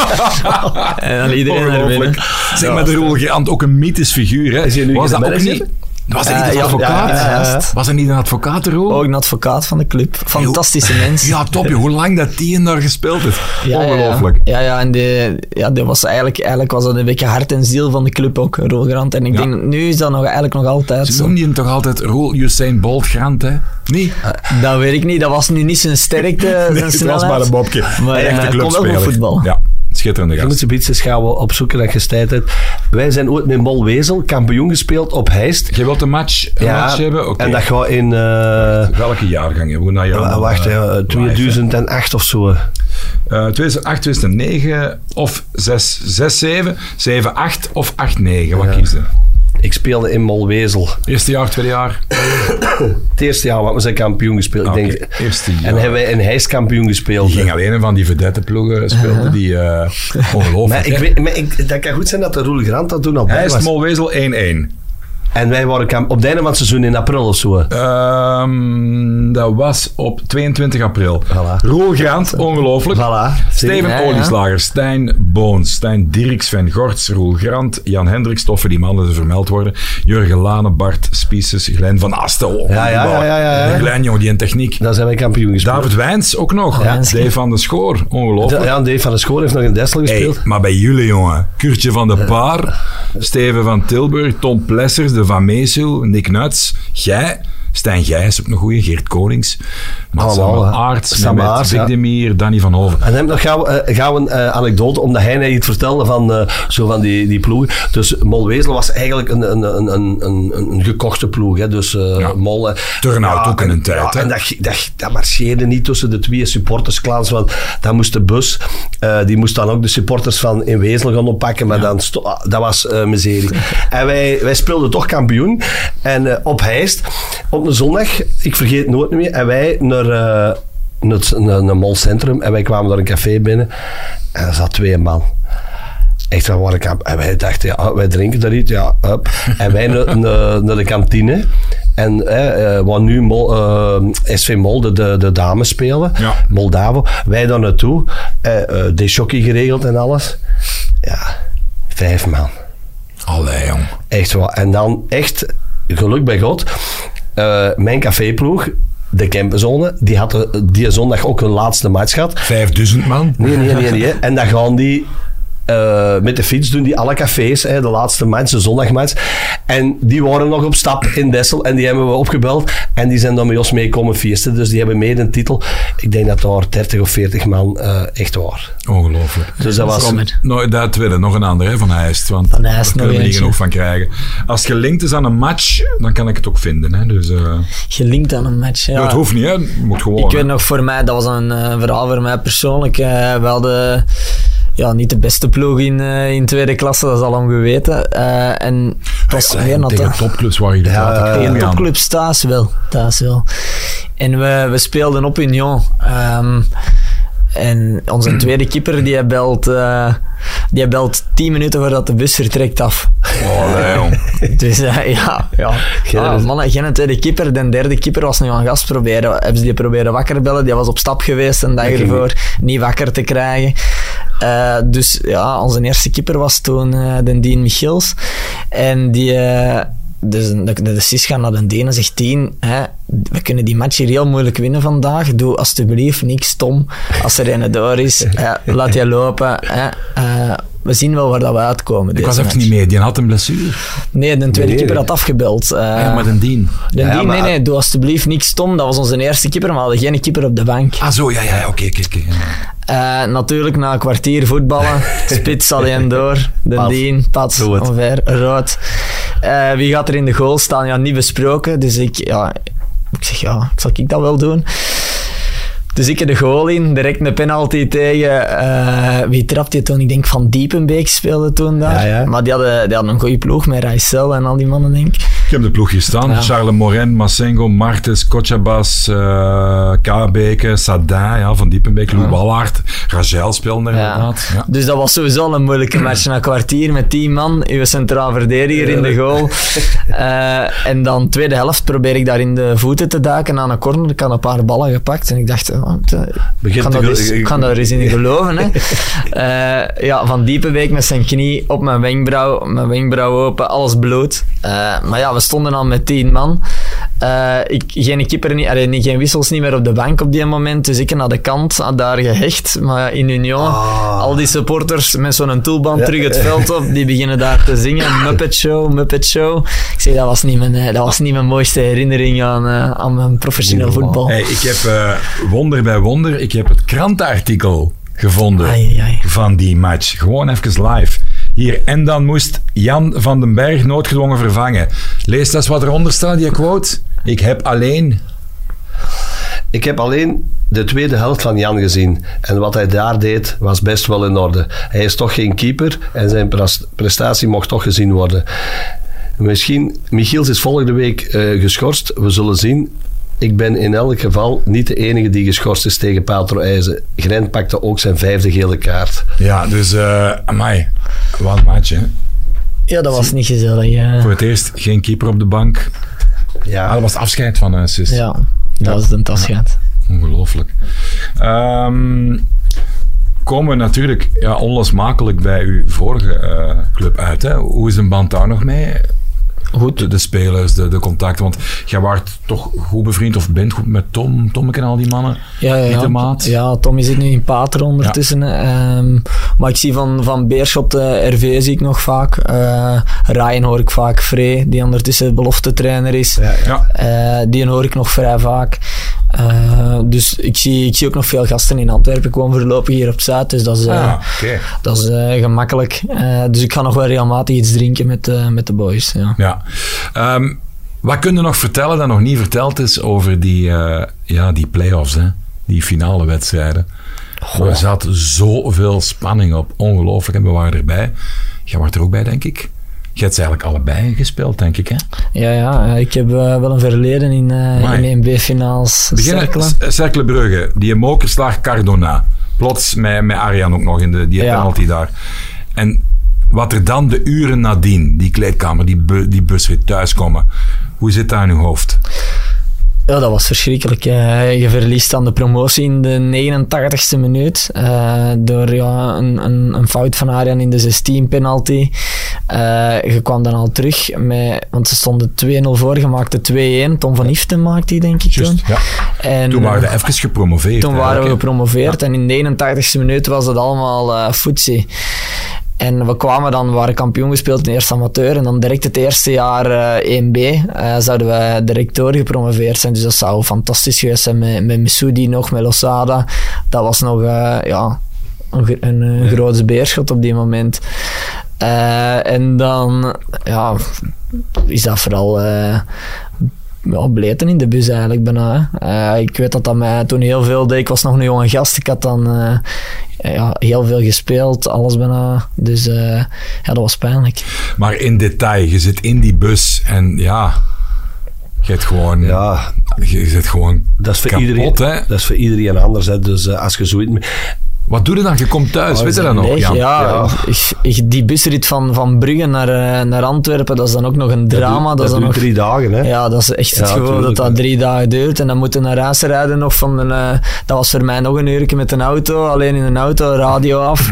en dan iedereen naar binnen. Zeg maar, de Roel Grant, ook een mythisch figuur, hè? Was dat ook niet... Was hij niet een advocaat? Was hij niet een advocaat, de Roel? Ook een advocaat van de club. Fantastische mens. Ja, top. Hoe lang dat die daar gespeeld heeft. Ja, ongelooflijk. Ja, en die was eigenlijk was dat een beetje hart en ziel van de club ook, Roel Grant. En ik denk, nu is dat eigenlijk nog altijd Ze noemden hem toch altijd Roel Usain Bolt Grant, hè? Nee? Dat weet ik niet. Dat was nu niet zijn sterkte, zijn snelheid. Het was maar een bobje. Maar hij kon wel goed voetbal. Ja. Schitterende gast. Je moet ze iets gaan we opzoeken dat je tijd hebt. Wij zijn ooit met Mol Wezel kampioen gespeeld op Heist. Je wilt een match hebben? Okay. En dat gaat in... welke jaargang hebben we naar jou? Wacht, 2008 of zo. 2008, 2009 of 6, 7, 7, 8 of 8, 9. Wat kies je? Ik speelde in Molwezel. Eerste jaar, tweede jaar? Het eerste jaar, want we zijn kampioen gespeeld. Okay, ik denk, eerste jaar. En hebben wij een Heist kampioen gespeeld. Die ging alleen een van die vedette-ploegen speelden, die ongelooflijk. Dat kan goed zijn dat de Roel Grant dat toen al bij was. Heist Molwezel 1-1. En wij waren op het einde van het seizoen in april of zo. Dat was op 22 april. Voilà. Roel Grant, ongelooflijk. Voilà. Steven Olieslager, Stijn Boons, Stijn Dirks, Sven Gorts, Roel Grant, Jan Hendricks, Toffe die mannen vermeld worden, Jurgen Lane, Bart Spieses, Glenn van Asten. Ja. Glenn, jongen, die in techniek. Daar zijn wij kampioen gespeeld. David Wijns ook nog. Ja. Dave van de Schoor, ongelooflijk. Dave van de Schoor heeft nog in Dessel gespeeld. Maar bij jullie, jongen. Kurtje van de Paar, Steven van Tilburg, Tom Plessers, de Van Meesul, Nick Nuts, jij, Stijn Gijs, ook een goeie. Geert Konings. Allemaal, Aarts, Sam Mehmet Aarts, Vigdemir, Danny van Hoven. En dan gaan we een anekdote, omdat hij net iets vertelde van die ploeg. Dus Molwezel was eigenlijk een gekochte ploeg. Hè. Dus Mol... Turnhout ook in een tijd. Ja, en dat marcheerde niet tussen de twee supportersklans, want dan moest de bus, die moest dan ook de supporters van in Wezel gaan oppakken, maar dat was miserie. En wij speelden toch kampioen. En op Heist, op een zondag, ik vergeet het nooit meer, en wij naar Mol Centrum, en wij kwamen door een café binnen, en er zat 2 man. Echt, en wij dachten, wij drinken daar iets, en wij naar de kantine. En wat nu SV Molde de dames spelen, Moldavo, wij daar naartoe, de jockey geregeld en alles. Ja, 5 man. Allee, jong. Echt wel. En dan echt, geluk bij God, mijn caféploeg, de Kempenzone, die had die zondag ook hun laatste match gehad. 5000 man? Nee. En dan gaan die... met de fiets doen die alle cafés, de laatste match, de zondagmatch. En die waren nog op stap in Dessel en die hebben we opgebeld en die zijn dan met ons mee komen feesten. Dus die hebben mee een titel. Ik denk dat daar 30 of 40 man echt waren. Ongelooflijk. Dus dat was... Dat tweede, nog een ander van Heist, want van Heist, daar kunnen we niet genoeg van krijgen. Als het gelinkt is aan een match, dan kan ik het ook vinden. Hè. Dus, gelinkt aan een match, ja. Dat hoeft niet, hè. Het moet gewoon. Ik weet nog, voor mij, dat was een verhaal voor mij persoonlijk. We hadden... Ja, niet de beste ploeg in tweede klasse, dat is al lang geweten. En het was tegen topclubs waar je tegen topclubs thuis wel. En we speelden op Union. En onze tweede keeper die belt 10 minuten voordat de bus vertrekt af. Oh, nee, jong. Dus mannen, geen tweede keeper. De derde keeper was nu aan gast proberen. Hebben ze die proberen wakker bellen. Die was op stap geweest een dag ervoor. Niet wakker te krijgen. Dus ja, onze eerste keeper was toen de Dien Michiels. En die... Dus de SIS gaat naar de Deen en zegt: Dien, we kunnen die match hier heel moeilijk winnen vandaag. Doe alsjeblieft niks stom. Als er een door is, laat je lopen. We zien wel waar dat we uitkomen. Ik was even niet mee, die had een blessure. Nee, de tweede keeper had afgebeld. Maar de Dien. Nee, doe alsjeblieft niks stom. Dat was onze eerste keeper, maar we hadden geen keeper op de bank. Ah zo, ja, oké. Natuurlijk na een kwartier voetballen, spits alleen door, de Dien, pats, ongeveer, rood. Wie gaat er in de goal staan? Ja, niet besproken, dus ik zeg, zal ik dat wel doen? Dus ik de goal in, direct een penalty tegen, wie trapt je toen? Ik denk Van Diepenbeek speelde toen daar. Ja. Maar die hadden een goede ploeg met Raisel en al die mannen, denk ik. Ik heb de ploeg hier staan. Ja. Charles Morin, Massengo, Martens, Kotjabas, Kabeke, Sadin, Van Diepenbeek, Lou Wallaert, Ragel speelde inderdaad. Ja. Dus dat was sowieso een moeilijke match. Na een kwartier met 10 man, uw centraal verdediger in de goal. En dan tweede helft probeer ik daar in de voeten te duiken aan een corner. Ik had een paar ballen gepakt en ik dacht... Ik kan daar eens in geloven. Hè. Van Diepenbeek met zijn knie op mijn wenkbrauw open, alles bloed. Maar ja, we stonden al met 10 man. Geen keeper, geen wissels niet meer op de bank op die moment, dus ik naar de kant, daar gehecht. Maar in Union, al die supporters met zo'n toolband terug het veld op, die beginnen daar te zingen, Muppet Show. Ik zeg, dat was niet mijn mooiste herinnering aan mijn professioneel voetbal. Hey, ik heb wonder bij wonder, ik heb het krantenartikel gevonden van die match. Gewoon even live. Hier, en dan moest Jan van den Berg noodgedwongen vervangen. Lees dat eens wat eronder staat, die quote. Ik heb alleen de tweede helft van Jan gezien. En wat hij daar deed, was best wel in orde. Hij is toch geen keeper en zijn prestatie mocht toch gezien worden. Misschien, Michiels is volgende week geschorst. We zullen zien. Ik ben in elk geval niet de enige die geschorst is tegen Patro IJzen. Grent pakte ook zijn 5e gele kaart. Ja, dus amai, wat een match, hè? Ja, dat was niet gezellig. Voor het eerst geen keeper op de bank. Ja. Dat was het afscheid van Sus. Ja, dat was het afscheid. Ja. Ongelooflijk. Komen we natuurlijk onlosmakelijk bij uw vorige club uit. Hè? Hoe is een band daar nog mee? Goed. De spelers, de contacten. Want jij waart toch goed bevriend of bent goed met Tommeke en al die mannen? Ja. De maat. Ja, Tommy zit nu in Pater ondertussen. Ja. Maar ik zie van Beerschot, RV zie ik nog vaak. Ryan hoor ik vaak. Frey, die ondertussen beloftetrainer is. Die hoor ik nog vrij vaak. Dus ik zie ook nog veel gasten in Antwerpen. Ik woon voorlopig hier op Zuid, dus dat is gemakkelijk. Dus ik ga nog wel regelmatig iets drinken met de boys. Ja. Wat kun je nog vertellen dat nog niet verteld is over die play-offs, hè? Die finale wedstrijden? Er zat zoveel spanning op. Ongelooflijk. En we waren erbij. Jij was er ook bij, denk ik. Je hebt ze eigenlijk allebei gespeeld, denk ik, hè? Ja. Ik heb wel een verleden in 1B-finaals. Cercle Brugge. Die mokerslag Cardona. Plots met Arjan ook nog in die penalty daar. En wat er dan de uren nadien, die kleedkamer, die bus weer thuiskomen. Hoe zit dat in uw hoofd? Ja, dat was verschrikkelijk. Je verliest dan de promotie in de 89ste minuut. Door een fout van Arjan in de 16 penalty. Je kwam dan al terug, want ze stonden 2-0 voor, je maakte 2-1. Tom van Iften maakte die, denk ik. Just, toen. Ja. En, toen waren we even gepromoveerd. Toen waren we gepromoveerd en in de 89ste minuut was het allemaal footsie. En we waren kampioen gespeeld in de eerste amateur en dan direct het eerste jaar 1B zouden we direct doorgepromoveerd zijn. Dus dat zou fantastisch geweest zijn met Missoudi nog, met Losada. Dat was nog een groot Beerschot op die moment. En dan is dat vooral bleten in de bus eigenlijk bijna. Ik weet dat mij toen heel veel deed. Ik was nog een jonge gast. Ik had dan heel veel gespeeld, alles bijna. Dus dat was pijnlijk. Maar in detail, je zit in die bus en je zit gewoon... Ja, je zit gewoon dat is voor kapot, iedereen, hè? Dat is voor iedereen anders, hè. Dus als je zoiets... Wat doe je dan? Je komt thuis, weet je dat nog? Ja. Die busrit van Brugge naar Antwerpen, dat is dan ook nog een drama. Dat duurt 3 dagen, hè? Ja, dat is echt het gevoel dat 3 dagen duurt. En dan moeten naar huis rijden nog dat was voor mij nog een uurtje met een auto, alleen in een auto, radio af.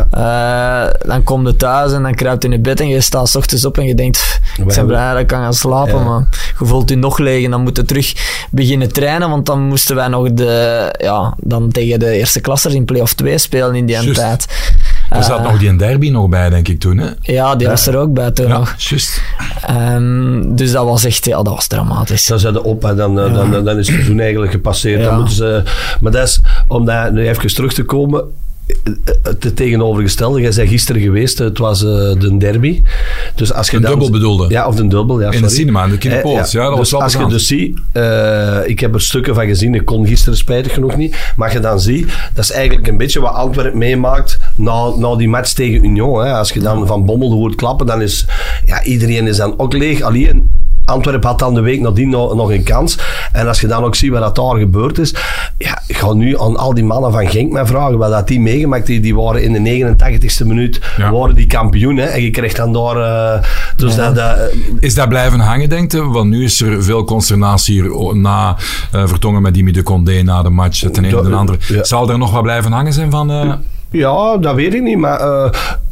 Dan kom je thuis en dan kruipt je in je bed en je staat 's ochtends op en je denkt, ik ben blij dat ik kan gaan slapen, maar je voelt je nog leeg en dan moet je terug beginnen trainen, want dan moesten wij nog dan tegen de eerste klassers in play-off 2 spelen in die tijd. Er zat nog die derby nog bij, denk ik, toen, hè? Ja, die was er ook bij toen nog. Juist. Dus dat was echt, dat was dramatisch. Dan zetten op en dan is het seizoen eigenlijk gepasseerd. Dan moeten ze, maar dat is, om daar nu even terug te komen, het tegenovergestelde. Jij zei gisteren geweest, het was de derby. Dus als je dubbel bedoelde? Ja, of een dubbel. Ja, in de cinema, in de Kinepolis. Ja, dat was wel als je dus ziet, ik heb er stukken van gezien, ik kon gisteren spijtig genoeg niet, maar je dan ziet, dat is eigenlijk een beetje wat Antwerpen meemaakt na die match tegen Union. Hè. Als je dan Van Bommel hoort klappen, dan is iedereen is dan ook leeg. Alleen Antwerpen had dan de week nadien nog een kans. En als je dan ook ziet wat daar gebeurd is, ik ga nu aan al die mannen van Genk mij vragen wat dat die meegemaakt. Die waren in de 89ste minuut waren die kampioen. Hè, en je krijgt dan daar... Is dat blijven hangen, denk je? Want nu is er veel consternatie hier na Vertongen met Dimi de Condé na de match. Ten een en de andere. Zal er nog wat blijven hangen zijn van... Ja, dat weet ik niet, maar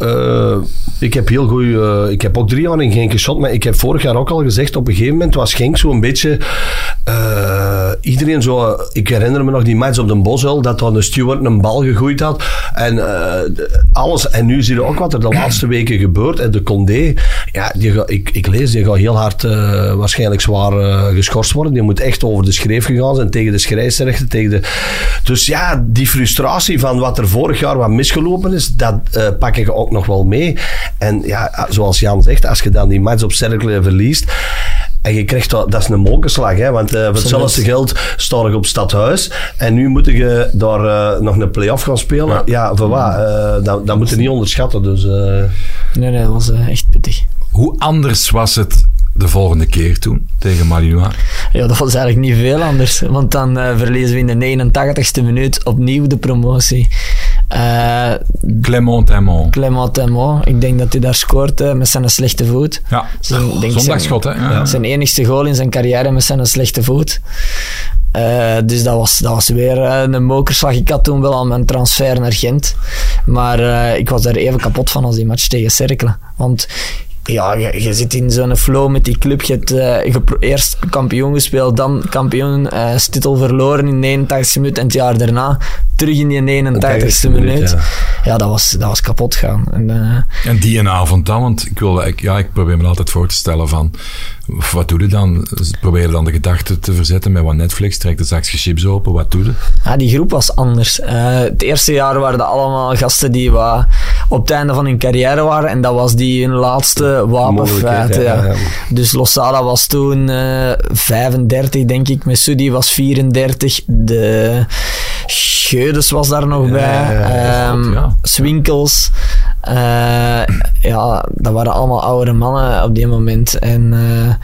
ik heb heel goed... ik heb ook 3 jaar in Genk geschot, maar ik heb vorig jaar ook al gezegd, op een gegeven moment was Genk zo'n beetje... iedereen zo... Ik herinner me nog die match op de Bosuil, dat dan de Stewart een bal gegooid had. En alles... En nu zie je ook wat er de laatste weken gebeurt. En de Condé, ik lees, die gaat heel hard waarschijnlijk zwaar geschorst worden. Die moet echt over de schreef gegaan zijn, tegen de scheidsrechter, Dus die frustratie van wat er vorig jaar wat misgelopen is, dat pak ik ook nog wel mee. En zoals Jan zegt, als je dan die match op Cercle verliest, en je krijgt dat is een molkenslag, hè? Want voor hetzelfde geld sta ik op Stadhuis en nu moet je daar nog een play-off gaan spelen. Ja, voor wat? Dat moet je niet onderschatten. Dus, Nee, dat was echt pittig. Hoe anders was het de volgende keer toen tegen Malinois? Ja, dat was eigenlijk niet veel anders. Want dan verliezen we in de 89ste minuut opnieuw de promotie. Clément Temon. Ik denk dat hij daar scoort met zijn slechte voet. Ja, zondagsschot, hè? Ja. Zijn enigste goal in zijn carrière met zijn slechte voet. Dus dat was weer een mokerslag. Ik had toen wel al mijn transfer naar Gent. Maar ik was daar even kapot van als die match tegen Cercle. Want Ja, je zit in zo'n flow met die club. Je hebt eerst kampioen gespeeld, dan kampioenstitel verloren in de 89e minuut en het jaar daarna terug in die 89e minuut. Ja, dat was kapot gaan. En die avond dan, want ik probeer me altijd voor te stellen van, wat doe je dan? Probeer je dan de gedachte te verzetten met wat Netflix, trekt de zakje chips open, wat doe je? Ja, die groep was anders. Het eerste jaar waren dat allemaal gasten die wat op het einde van hun carrière waren en dat was die hun laatste wapenfeit. Ja. Dus Losada was toen 35, denk ik. Messoudi was 34. De Geudes was daar nog bij. Swinkels. Dat waren allemaal oudere mannen op die moment. En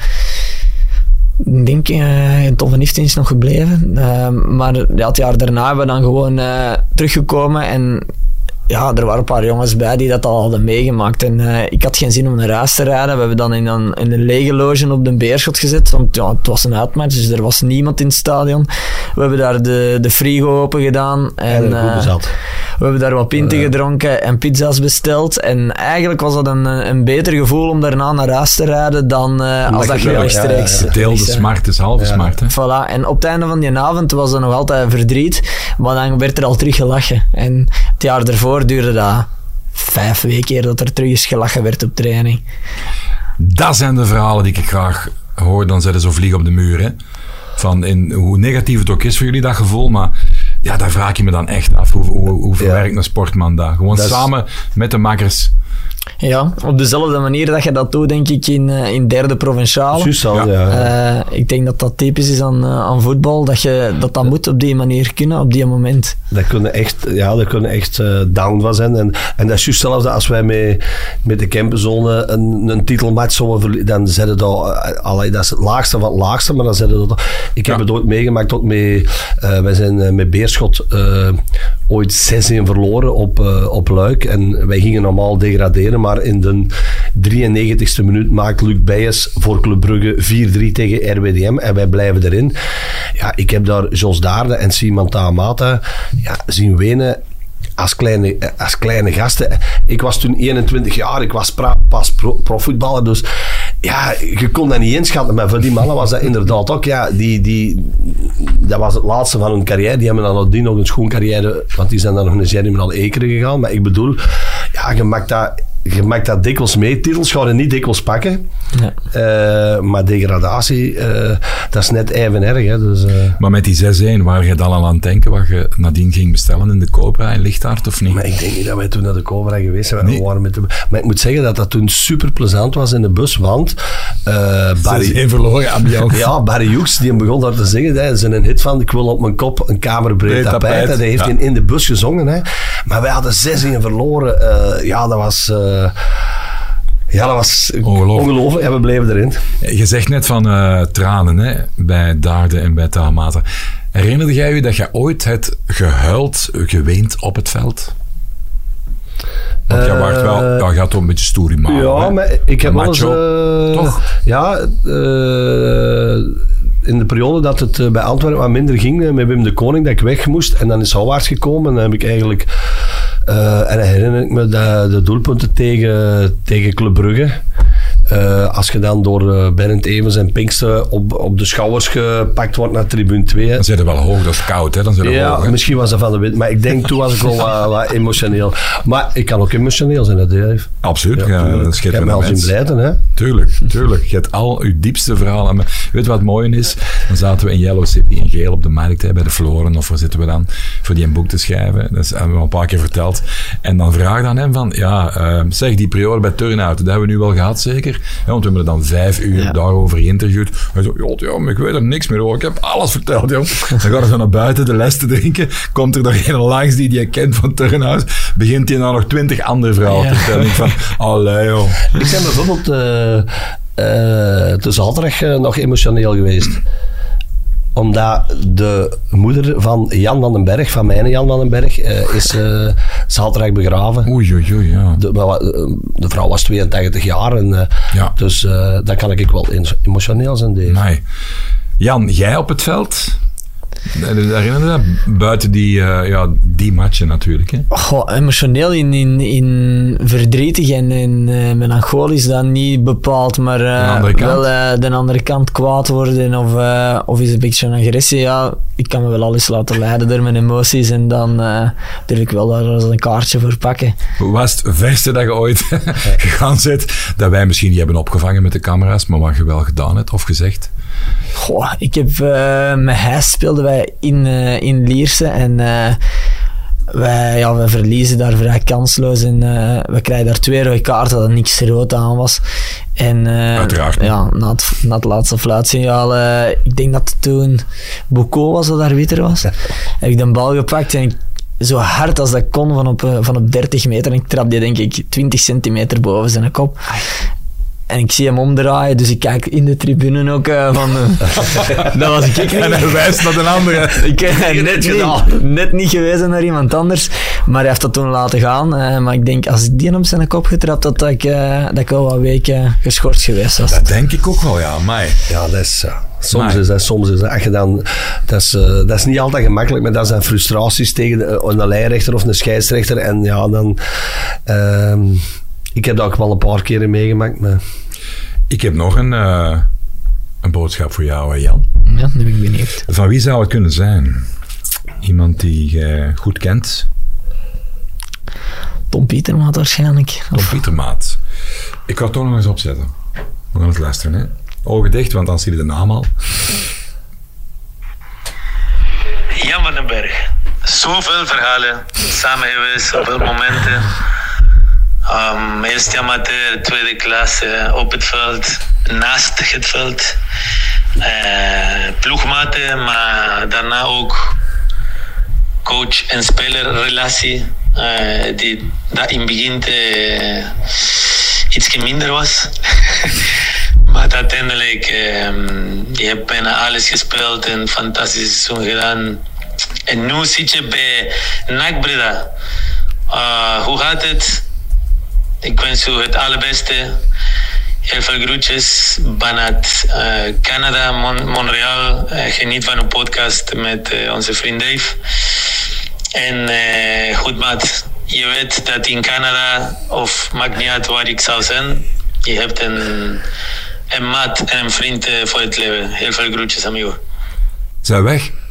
ik denk, Ton van Iften is nog gebleven. Maar het jaar daarna hebben we dan gewoon teruggekomen en ja, er waren een paar jongens bij die dat al hadden meegemaakt. En ik had geen zin om naar huis te rijden. We hebben dan in een lege loge op de Beerschot gezet. Want ja, het was een uitmatch, dus er was niemand in het stadion. We hebben daar de frigo open gedaan. En we hebben daar wat pinten gedronken en pizza's besteld. En eigenlijk was dat een beter gevoel om daarna naar huis te rijden dan als dat je rechtstreeks... Deel de smart is halve smart. Hè? Voilà. En op het einde van die avond was er nog altijd verdriet. Maar dan werd er al terug gelachen. En het jaar ervoor duurde dat 5 weken dat er terug eens gelachen werd op training. Dat zijn de verhalen die ik graag hoor. Dan zetten ze vliegen op de muur. Hè? Van hoe negatief het ook is voor jullie, dat gevoel. Maar ja, daar vraag je me dan echt af. Hoe verwerkt een sportman dat? Gewoon dat samen met de makkers. Ja, op dezelfde manier dat je dat doet, denk ik, in derde provinciale. Juist al, ja. Ik denk dat typisch is aan voetbal, dat moet op die manier kunnen, op die moment. Dat kunnen echt down van zijn. En dat is juist hetzelfde als wij met de Kempenzone een titelmatch zouden verliezen. Dan zeiden dat is het laagste van het laagste, maar dan zeiden dat... Ik heb het ooit meegemaakt, wij zijn met Beerschot ooit 6-1 verloren op Luik. En wij gingen normaal degraderen, maar in de 93e minuut maakt Luc Beijers voor Club Brugge 4-3 tegen RWDM en wij blijven erin. Ja, ik heb daar Jos Daarde en Simon Taamata zien wenen als kleine gasten. Ik was toen 21 jaar, ik was pas profvoetballer, dus ja, je kon dat niet inschatten, maar voor die mannen was dat inderdaad ook, dat was het laatste van hun carrière. Die hebben dan nadien nog een schoon carrière, want die zijn dan nog een serie met al Ekeren gegaan, maar ik bedoel, ja, je maakt dat dikwijls mee. Titels gaan je niet dikwijls pakken. Ja. Maar degradatie, dat is net even erg. Hè, dus, Maar met die 6-1, waar je dan al aan het denken wat je nadien ging bestellen in de Cobra in Lichtaart, of niet? Maar ik denk niet dat wij toen naar de Cobra geweest zijn. Nee. Maar ik moet zeggen dat toen super plezant was in de bus, want Barry verloren aan jou. Ja, Barry Hoeks, die begon daar te zeggen, dat is een hit van ik wil op mijn kop een kamerbreed tapijt. Dat heeft hij in de bus gezongen. Hè. Maar wij hadden 6-1 verloren. Dat was... dat was ongelooflijk en we bleven erin. Je zegt net van tranen, hè, bij Daarde en bij Taamata. Herinnerde jij je dat je ooit hebt geweend op het veld? Want jij waart wel, je had toch een beetje stoer in maag. Ja, maar ik heb wel eens... toch? Ja, in de periode dat het bij Antwerpen wat minder ging, met Wim de Koning, dat ik weg moest en dan is Houwaarts gekomen en dan heb ik eigenlijk... en dan herinner ik me de doelpunten tegen Club Brugge. Als je dan door Bernd Evens en Pinkster op de schouders gepakt wordt naar tribune 2. Dan zit je wel hoog, dat is koud, hè? Dan zit je hoog, hè? Misschien was dat van de wind, maar ik denk toen was ik wel wat emotioneel. Maar ik kan ook emotioneel zijn, dat Dave. Absoluut, dat is ik heb me al zien blijten, hè? Tuurlijk. Je hebt al je diepste verhalen. Weet je wat mooi is? Dan zaten we in Yellow City in Geel op de markt, hè, bij de Floren, of waar zitten we dan? Voor die een boek te schrijven. Dat hebben we al een paar keer verteld. En dan vraag aan hem van, zeg, die periode bij Turnhout, dat hebben we nu wel gehad, zeker? Ja, want we hebben er dan 5 uur daarover geïnterviewd. Hij zo, maar ik weet er niks meer over. Ik heb alles verteld, joh. Dan gaat hij zo naar buiten de les te drinken. Komt er nog een langs die je kent van Turnhout. Begint hij dan nog 20 andere verhalen te vertellen. Ik van, allee, joh. Ik ben bijvoorbeeld te zaterdag nog emotioneel geweest. Omdat de moeder van Jan van den Berg, van mijn Jan van den Berg, is zaterdag begraven. Oei, ja. De vrouw was 82 jaar. En, dus daar kan ik wel emotioneel zijn, Dave. Nee. Jan, jij op het veld? Herinner je dat? Buiten die matchen natuurlijk. Hè? Goh, emotioneel in verdrietig en in melancholisch dan niet bepaald, maar wel de andere kant kwaad worden of is een beetje een agressie. Ja, ik kan me wel alles laten leiden door mijn emoties en dan durf ik wel daar een kaartje voor pakken. Wat is het verste dat je ooit gegaan zit, dat wij misschien niet hebben opgevangen met de camera's, maar wat je wel gedaan hebt of gezegd? Goh, ik heb met Heijs speelden wij in Lierse en wij verliezen daar vrij kansloos en we krijgen daar 2 rode kaarten dat er niks rood aan was. En uiteraard. Ja, na het laatste fluitsignaal, ik denk dat toen Boko was dat arbiter was, heb ik de bal gepakt en zo hard als dat kon van op 30 meter en ik trap die denk ik 20 centimeter boven zijn kop. En ik zie hem omdraaien, dus ik kijk in de tribune ook van... dat was ik. En hij wijst naar een andere. Ik heb net niet gewezen naar iemand anders, maar hij heeft dat toen laten gaan. Maar ik denk, als ik die op zijn kop getrapt had, dat ik wel wat weken geschorst geweest was. Dat denk ik ook wel, ja. Amai. Ja, dat is... Soms is dat. Als je dan, dat is niet altijd gemakkelijk, maar dat zijn frustraties tegen een lijnrechter of een scheidsrechter. En ja, dan... ik heb dat ook wel een paar keren meegemaakt. Maar... Ik heb nog een boodschap voor jou, Jan. Ja, dat ben ik benieuwd. Van wie zou het kunnen zijn? Iemand die je goed kent? Tom Pietermaat waarschijnlijk. Tom Pietermaat. Ik ga het toch nog eens opzetten. We gaan het luisteren, hè. Ogen dicht, want dan zie je de naam al. Jan van den Berg. Zoveel verhalen samen geweest, zoveel momenten. Eerst amateur, tweede klasse, op het veld, naast het veld. Ploegmaten, maar daarna ook coach- en spelerrelatie. Die dat in het begin iets minder was. Maar uiteindelijk, je hebt bijna alles gespeeld en een fantastisch seizoen gedaan. En nu zit je bij NAC Breda. Hoe gaat het? Ik wens u het allerbeste. Heel veel groetjes vanuit Canada, Montreal. Geniet van een podcast met onze vriend Dave. En goed maat, je weet dat in Canada, of maakt niet uit waar ik zou zijn, je hebt een maat en een vriend voor het leven. Heel veel groetjes, amigo. Zijn we weg?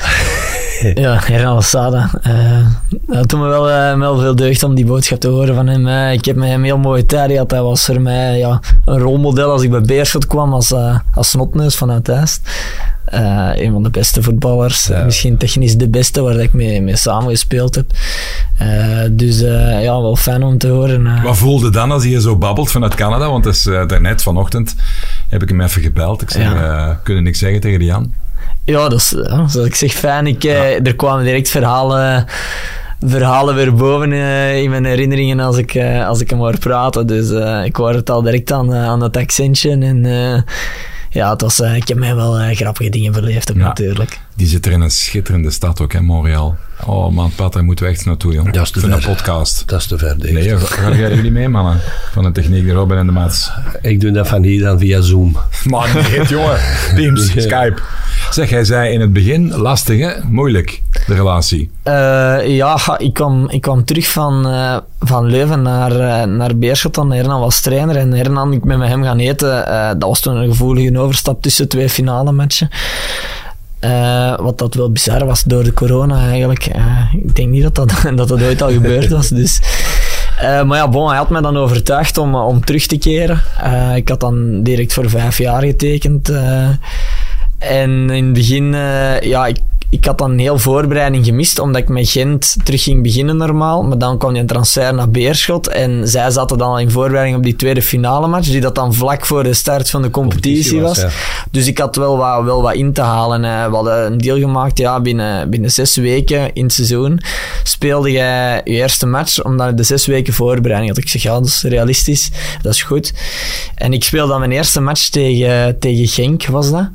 Ja, Hernal Sada. Het doet me wel veel deugd om die boodschap te horen van hem. Ik heb met hem heel mooie tijd gehad. Hij was voor mij een rolmodel als ik bij Beerschot kwam als snotneus vanuit Heist. Een van de beste voetballers. Ja. Misschien technisch de beste waar ik mee samengespeeld heb. Dus wel fijn om te horen. Wat voelde dan als hij zo babbelt vanuit Canada? Want het is daarnet vanochtend heb ik hem even gebeld. Ik zeg, kunnen niks zeggen tegen die Jan? Ja, dat is, zoals ik zeg, fijn. Er kwamen direct verhalen weer boven in mijn herinneringen als ik hem hoor praten. Dus ik hoor het al direct aan het accentje. En het was, ik heb mij wel grappige dingen beleefd ook, natuurlijk. Die zit er in een schitterende stad ook, hè, Montreal. Oh man, Pat, daar moeten we echt naartoe, jong. Dat is te ver. Een podcast. Dat is te ver, denk ik. Nee, gaan jullie mee, mannen? Van de techniek, de Robin en de Maats. Ik doe dat van hier dan via Zoom. Maar niet, jongen. Teams, Skype. Zeg, hij zei in het begin, lastig hè? Moeilijk, de relatie. Ik kwam terug van Leuven naar Beerschot. En Hernan was trainer en Hernan, ik ben met hem gaan eten. Dat was toen een gevoelige overstap tussen 2 finale matchen. Wat dat wel bizar was door de corona eigenlijk. Ik denk niet dat ooit al gebeurd was. Dus. Maar ja, hij had mij dan overtuigd om terug te keren. Ik had dan direct voor 5 jaar getekend. En in het begin, ik had dan heel voorbereiding gemist, omdat ik met Gent terug ging beginnen normaal. Maar dan kwam je een transfer naar Beerschot en zij zaten dan al in voorbereiding op die tweede finale match, die dat dan vlak voor de start van de competitie was. Ja. Dus ik had wel wat in te halen. We hadden een deal gemaakt, binnen 6 weken in het seizoen speelde jij je eerste match, omdat de 6 weken voorbereiding had. Ik zeg, dat is realistisch, dat is goed. En ik speelde dan mijn eerste match tegen Genk, was dat.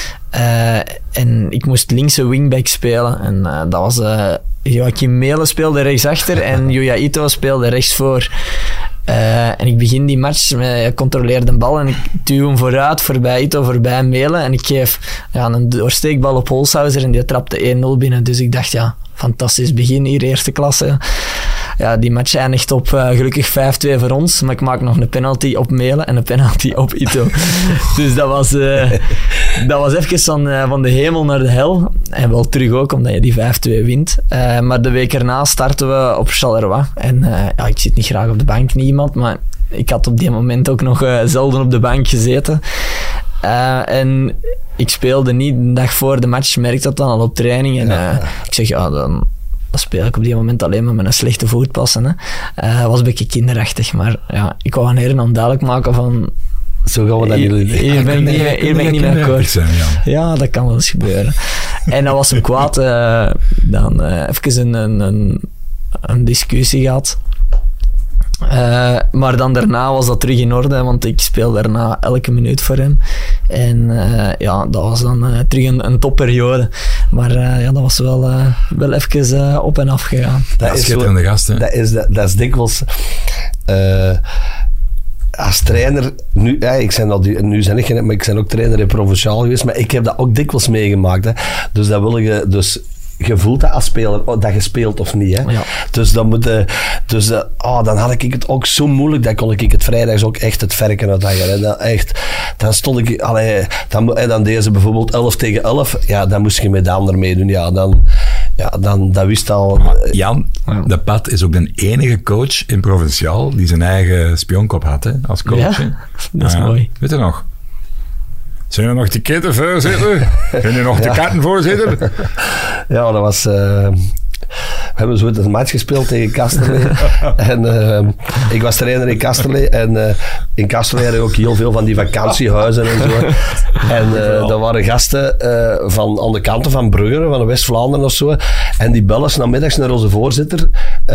En ik moest linkse wingback spelen. En dat was... Joachim Melen speelde rechtsachter en Yuya Ito speelde rechtsvoor. En ik begin die match met controleer de bal en ik duw hem vooruit, voorbij Ito, voorbij Melen. En ik geef een doorsteekbal op Holshouser en die trapte 1-0 binnen. Dus ik dacht, fantastisch begin hier, eerste klasse. Ja, die match eindigt op gelukkig 5-2 voor ons, maar ik maak nog een penalty op Melen en een penalty op Ito. Dus dat was even van de hemel naar de hel. En wel terug ook, omdat je die 5-2 wint. Maar de week erna starten we op Charleroi. En ik zit niet graag op de bank, niemand, maar ik had op die moment ook nog zelden op de bank gezeten. En ik speelde niet de dag voor de match, merkte dat dan al op training. En ik zeg, dan speel ik op die moment alleen maar met een slechte voet passen. Was een beetje kinderachtig, maar ik wou aan heren duidelijk maken van... Zo gaan we dat niet doen. Hier ben ik niet mee akkoord. Ja, dat kan wel eens gebeuren. En dan was hem kwaad. Dan even een discussie gehad. Maar dan daarna was dat terug in orde, want ik speel daarna elke minuut voor hem. En dat was dan terug een topperiode. Maar dat was wel even op en af gegaan. Dat is schitterende gast, hè? Dat is dikwijls... als trainer, nu ben ik maar ik ben ook trainer in Provinciaal geweest, maar ik heb dat ook dikwijls meegemaakt. Hè. Dus dat wil je... Dus, je voelt dat als speler, dat je speelt of niet. Hè? Ja. Dus dan had ik het ook zo moeilijk, dat kon ik het vrijdags ook echt het verken uithangen. Dan stond ik... dan deden ze bijvoorbeeld 11 tegen 11. Ja, dan moest je met de ander meedoen. Dan dat wist al... Jan, de Pat is ook de enige coach in Provinciaal die zijn eigen spionkop had, hè, als coach. Ja, dat is mooi. Weet je nog? Zijn er nog de ketten voorzitter? Zijn er nog de katten voorzitter? Ja, dat was... we hebben zo een match gespeeld tegen Kasterlee. En ik was trainer in Kasterlee. En in Kasterlee hadden we ook heel veel van die vakantiehuizen en zo. En er waren gasten van aan de kanten van Brugge, van West-Vlaanderen of zo. En die bellen 's namiddags naar onze voorzitter.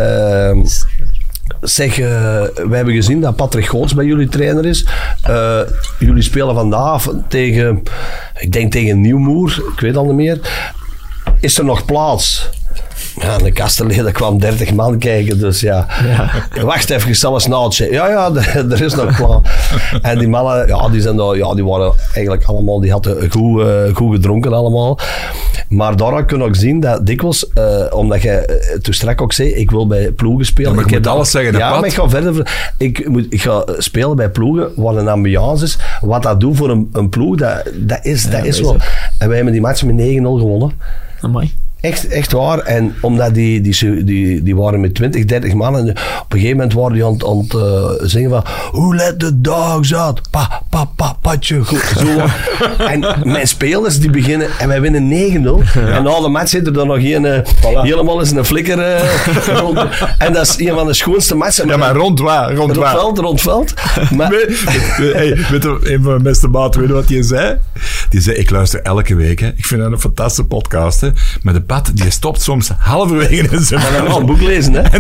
Zeg, wij hebben gezien dat Patrick Goots bij jullie trainer is. Jullie spelen vandaag tegen, ik denk tegen Nieuwmoer, ik weet al niet meer. Is er nog plaats? Ja, de Kasterlee, kwam 30 man kijken, dus ja. Wacht even, zelfs naadje. Ja, er is nog plaats. En die mannen, die waren eigenlijk allemaal, die hadden goed gedronken allemaal. Maar daar kun je ook zien dat dikwijls, omdat jij toen straks ook zei, ik wil bij ploegen spelen. Ja, maar ik moet alles zeggen. Ja, maar ik ga verder. Ik ga spelen bij ploegen waar een ambiance is. Wat dat doet voor een ploeg, dat is wel... En wij hebben die match met 9-0 gewonnen. Amai. Echt waar. En omdat die waren met 20, 30 man. En op een gegeven moment waren die aan het zingen van Who let the dogs out? Patje. Zo. En mijn spelers die beginnen en wij winnen 9-0. En na de match zit er dan nog helemaal eens een flikker rond. En dat is een van de schoonste matchen. Ja, maar rond waar? Rond veld. Maar... Weet je, een van mijn beste maat, weet je wat die zei? Die zei, ik luister elke week. Hè. Ik vind dat een fantastische podcast. Hè. Met de Pat, die stopt soms halverwege in zijn verhaal. Maar dan een boek lezen, hè? En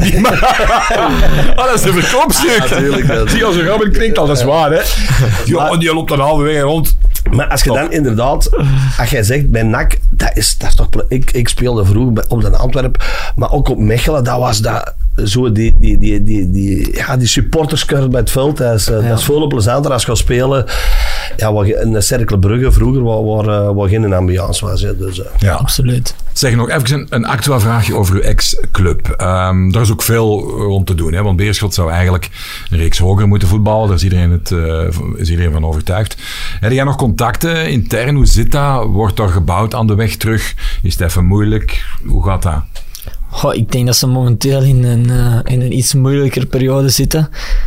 dat is een verkoopstuk. Ja, zie, als een gabbel klinkt al, dat is waar, hè? Die loopt dan halverwege rond. Maar als je dan inderdaad, als jij zegt bij NAC, dat is toch... Ik speelde vroeger op de Antwerpen, maar ook op Mechelen, dat was dat... Zo die supporterskeur bij het veld, dat is veel plezanter als je gaat spelen. Ja, in Cercle Brugge vroeger, waar geen ambiance was. Hè, dus, ja, absoluut. Zeg, nog even een actueel vraagje over uw ex-club. Daar is ook veel rond te doen, hè, want Beerschot zou eigenlijk een reeks hoger moeten voetballen. Daar is iedereen van overtuigd. Heb jij nog contacten intern? Hoe zit dat? Wordt er gebouwd aan de weg terug? Is het even moeilijk? Hoe gaat dat? Ik denk dat ze momenteel in een iets moeilijker periode zitten.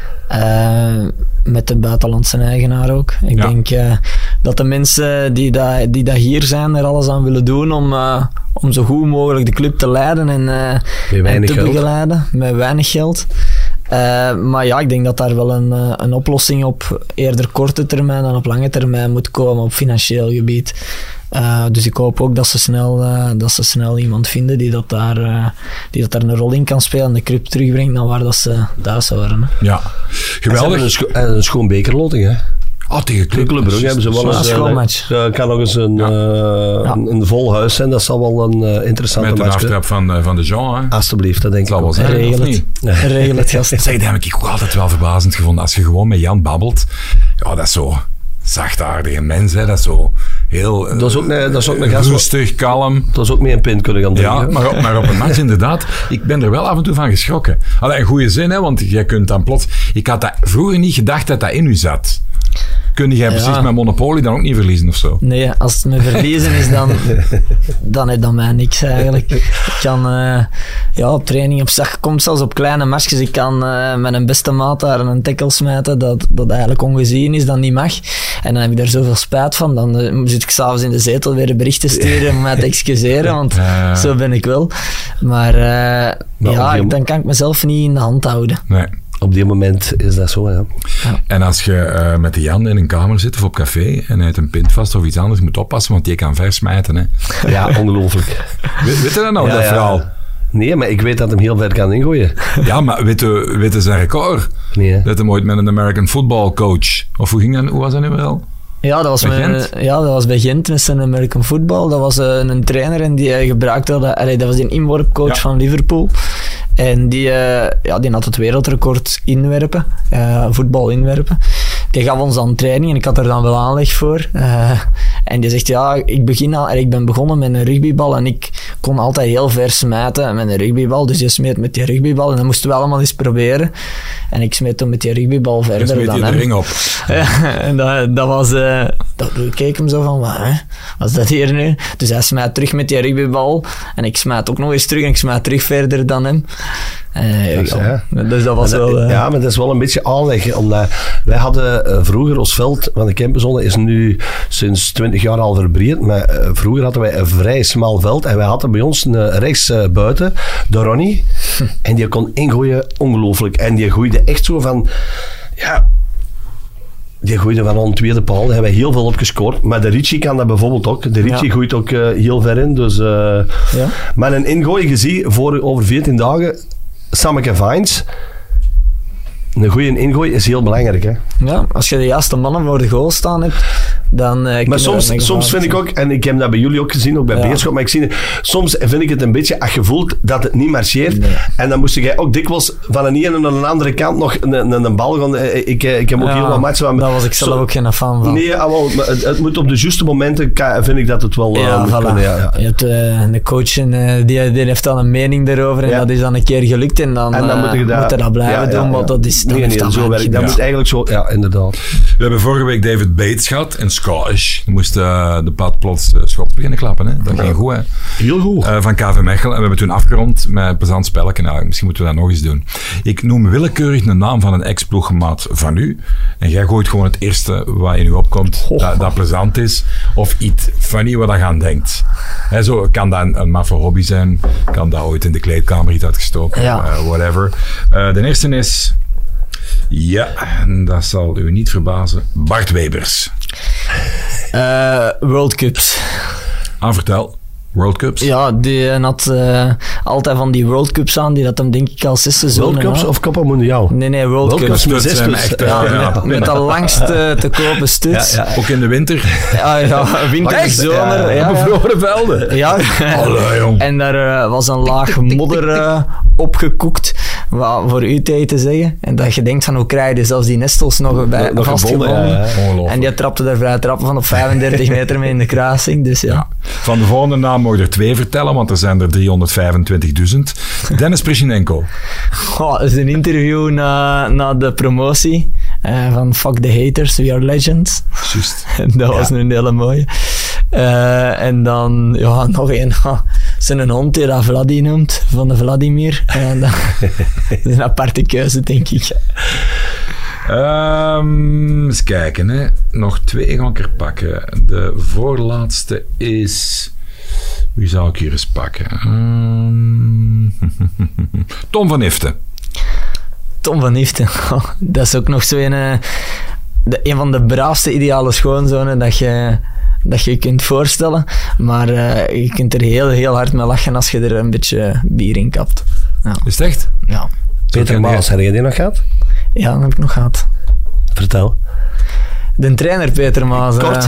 Met de buitenlandse eigenaar ook. Ik denk dat de mensen die dat hier zijn er alles aan willen doen om zo goed mogelijk de club te leiden en te begeleiden. Met weinig geld. Maar ja, ik denk dat daar wel een oplossing op eerder korte termijn dan op lange termijn moet komen op financieel gebied. Dus ik hoop ook dat ze snel iemand vinden die dat daar een rol in kan spelen en de club terugbrengt naar waar dat ze thuis horen. Hè. Ja, geweldig. En een schoon bekerloting, hè? tegen Club Brugge hebben ze wel eens... schoolmatch. kan nog eens een vol huis zijn. Dat zal wel een interessante Met een match aftrap van de Jean, hè. Alsjeblieft, dat denk ik Dat wel. zal wel zijn, Regel of het. niet? Regel het, gast. Zeg, dat heb ik ook altijd wel verbazend gevonden. Als je gewoon met Jan babbelt, ja, dat is zo zachtaardige mens, hè. Dat is zo heel Dat is ook een gast... rustig, kalm. Dat is ook mee een pint kunnen gaan drinken. Ja, maar op een match inderdaad, ik ben er wel af en toe van geschrokken. Allee, een goede zin, hè, want jij kunt dan plots... Ik had dat vroeger niet gedacht dat in u zat. Kun jij precies met Monopoly dan ook niet verliezen of zo? Nee, als het me verliezen is, dan heeft dat mij niks eigenlijk. Ik kan op training op zak, komt zelfs op kleine matchjes. Ik kan met een beste maat daar een tackle smijten dat eigenlijk ongezien is, dat niet mag. En dan heb ik daar zoveel spijt van. Dan zit ik s'avonds in de zetel weer berichten sturen om mij te excuseren, want zo ben ik wel. Maar dan kan ik mezelf niet in de hand houden. Nee. Op die moment is dat zo, ja. En als je met de Jan in een kamer zit of op café en hij heeft een pint vast of iets anders, moet oppassen, want die kan versmijten. Hè. Ja, ongelooflijk. Weet je dat nou, dat verhaal? Nee, maar ik weet dat hem heel ver kan ingooien. Ja, maar weet je zijn record? Nee. Dat hem ooit met een American football coach, of hoe was dat nu wel? Ja, dat was bij Gent met zijn American football. Dat was een trainer en die gebruikte dat was een inworpcoach van Liverpool. En die had het wereldrecord inwerpen, voetbal inwerpen. Die gaf ons dan training en ik had er dan wel aanleg voor. En die zegt, ik ben begonnen met een rugbybal en ik kon altijd heel ver smijten met een rugbybal. Dus je smeet met die rugbybal en dat moesten we allemaal eens proberen. En ik smeet toen met die rugbybal verder dan hem. Je smeet de ring op. En dat was... ik keek hem zo van, wat is dat hier nu? Dus hij smijt terug met die rugbybal en ik smijt ook nog eens terug en ik smijt terug verder dan hem. Dus dat was wel... Ja, maar dat is wel een beetje aanleg. Omdat wij hadden vroeger ons veld van de campenzone is nu sinds 20 jaar al verbreed. Maar vroeger hadden wij een vrij smal veld. En wij hadden bij ons rechts buiten de Ronnie. En die kon ingooien ongelooflijk. En die gooide echt zo van... Ja... Die gooide van een tweede paal. Daar hebben wij heel veel op gescoord. Maar de Richie kan dat bijvoorbeeld ook. De Richie gooit ook heel ver in. Dus, Maar een ingooi, je ziet, over 14 dagen... Sammeke Vines. Een goede ingooi is heel belangrijk, hè? Ja, als je de juiste mannen voor de goal staan hebt, dan... maar soms vind ik ook, en ik heb dat bij jullie ook gezien, ook bij Beerschot, maar soms vind ik het een beetje, als je voelt dat het niet marcheert, en dan moest jij ook dikwijls van de ene naar de andere kant nog een bal gaan. Ik heb ook heel wat matchen. Daar was ik zelf ook geen fan van. Nee, maar het moet op de juiste momenten, vind ik dat het wel moet kunnen. Ja. Je hebt de coach en die heeft dan een mening daarover en dat is dan een keer gelukt en dan moet je dat blijven doen, want dat is... zo werkt. Dat moet eigenlijk zo... Ja, inderdaad. We hebben vorige week David Bates gehad in Scottish. Die moest de pad plots schop beginnen klappen. Hè. Dat ging goed, hè. Heel goed. Van KV Mechelen. En we hebben toen afgerond met een plezant spelletje. Nou, misschien moeten we dat nog eens doen. Ik noem willekeurig een naam van een ex-ploeggemaat van u. En jij gooit gewoon het eerste wat in u opkomt dat plezant is. Of iets funny wat je aan denkt. Hè, zo kan dat een maffe hobby zijn. Kan dat ooit in de kleedkamer iets uitgestoken. Whatever. De eerste is... Ja, en dat zal u niet verbazen. Bart Webers. World Cups. Vertel. World Cups? Ja, die had altijd van die World Cups aan, die dat hem denk ik al 6 seizoenen World Cups of Copa Mundial? Nee, World Cups. Met 6 met de langste te kopen stuts. Ja. Ook in de winter? Ja, winter, zomer. Ja. Bevroren velden? Ja. Allee, jong. En daar was een laag modder opgekoekt, voor u tegen te zeggen. En dat je denkt van, hoe krijg je zelfs die nestels nog bij vastgebonden. En die trapte daar vrij trappen van op 35 meter mee in de kruising. Dus ja. Van de volgende naam mag je er 2 vertellen, want er zijn er 325.000. Dennis Prishinenko. Dat is een interview na de promotie van Fuck the Haters, We Are Legends. Juist. Dat was een hele mooie. En dan nog één. Zijn hond die dat Vladi noemt, van de Vladimir. En dat is een aparte keuze, denk ik. Eens kijken, hè. Nog 2 ga ik er pakken. De voorlaatste is... Wie zou ik hier eens pakken? Tom van Iften. Tom van Iften. Dat is ook nog zo een van de braafste ideale schoonzonen dat je kunt voorstellen. Maar je kunt er heel, heel hard mee lachen als je er een beetje bier in kapt. Ja. Is het echt? Ja. Peter Maas, heb je die nog gehad? Ja, dat heb ik nog gehad. Vertel. De trainer Peter Maas. Kort.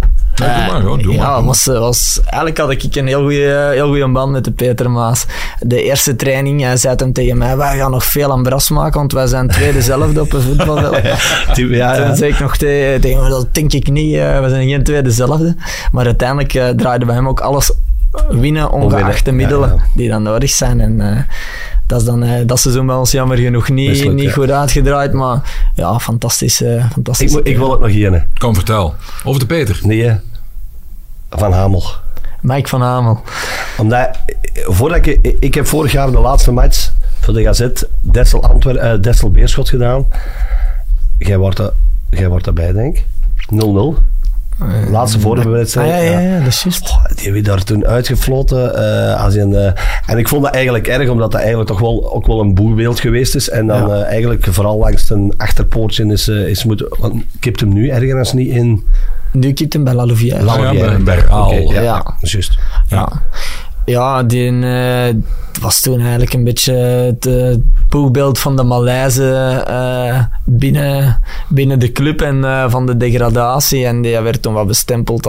Doe maar. Eigenlijk had ik een heel goede band met de Peter Maas. De eerste training, hij zei hem tegen mij, wij gaan nog veel aan bras maken, want wij zijn tweede zelfde op een voetbalveld. Toen zei ik nog tegen hem, dat denk ik niet, we zijn geen tweede zelfde. Maar uiteindelijk draaiden we hem ook alles winnen, ongeacht de middelen die dan nodig zijn. En dat is dan dat seizoen bij ons jammer genoeg niet goed uitgedraaid, maar ja, fantastisch. Ik wil het nog hier. Kom, vertel. Over de Peter. Nee, Van Hamel. Mike van Hamel. Omdat, voordat ik heb vorig jaar de laatste match voor de Gazette Dessel Beerschot gedaan. Jij wordt daarbij, denk ik. 0-0. Laatste voorbereiding. Ja, dat is juist. Die heb je daar toen uitgefloten. En ik vond dat eigenlijk erg, omdat dat eigenlijk toch ook wel een boegbeeld geweest is. En dan eigenlijk vooral langs een achterpoortje is moeten... Want ik heb hem nu ergens niet in... Nu kipt hem bij La Louvière. Bij Aal. Ja, juist. Ja, die was toen eigenlijk een beetje het boegbeeld van de malaise binnen de club en van de degradatie. En die werd toen wat bestempeld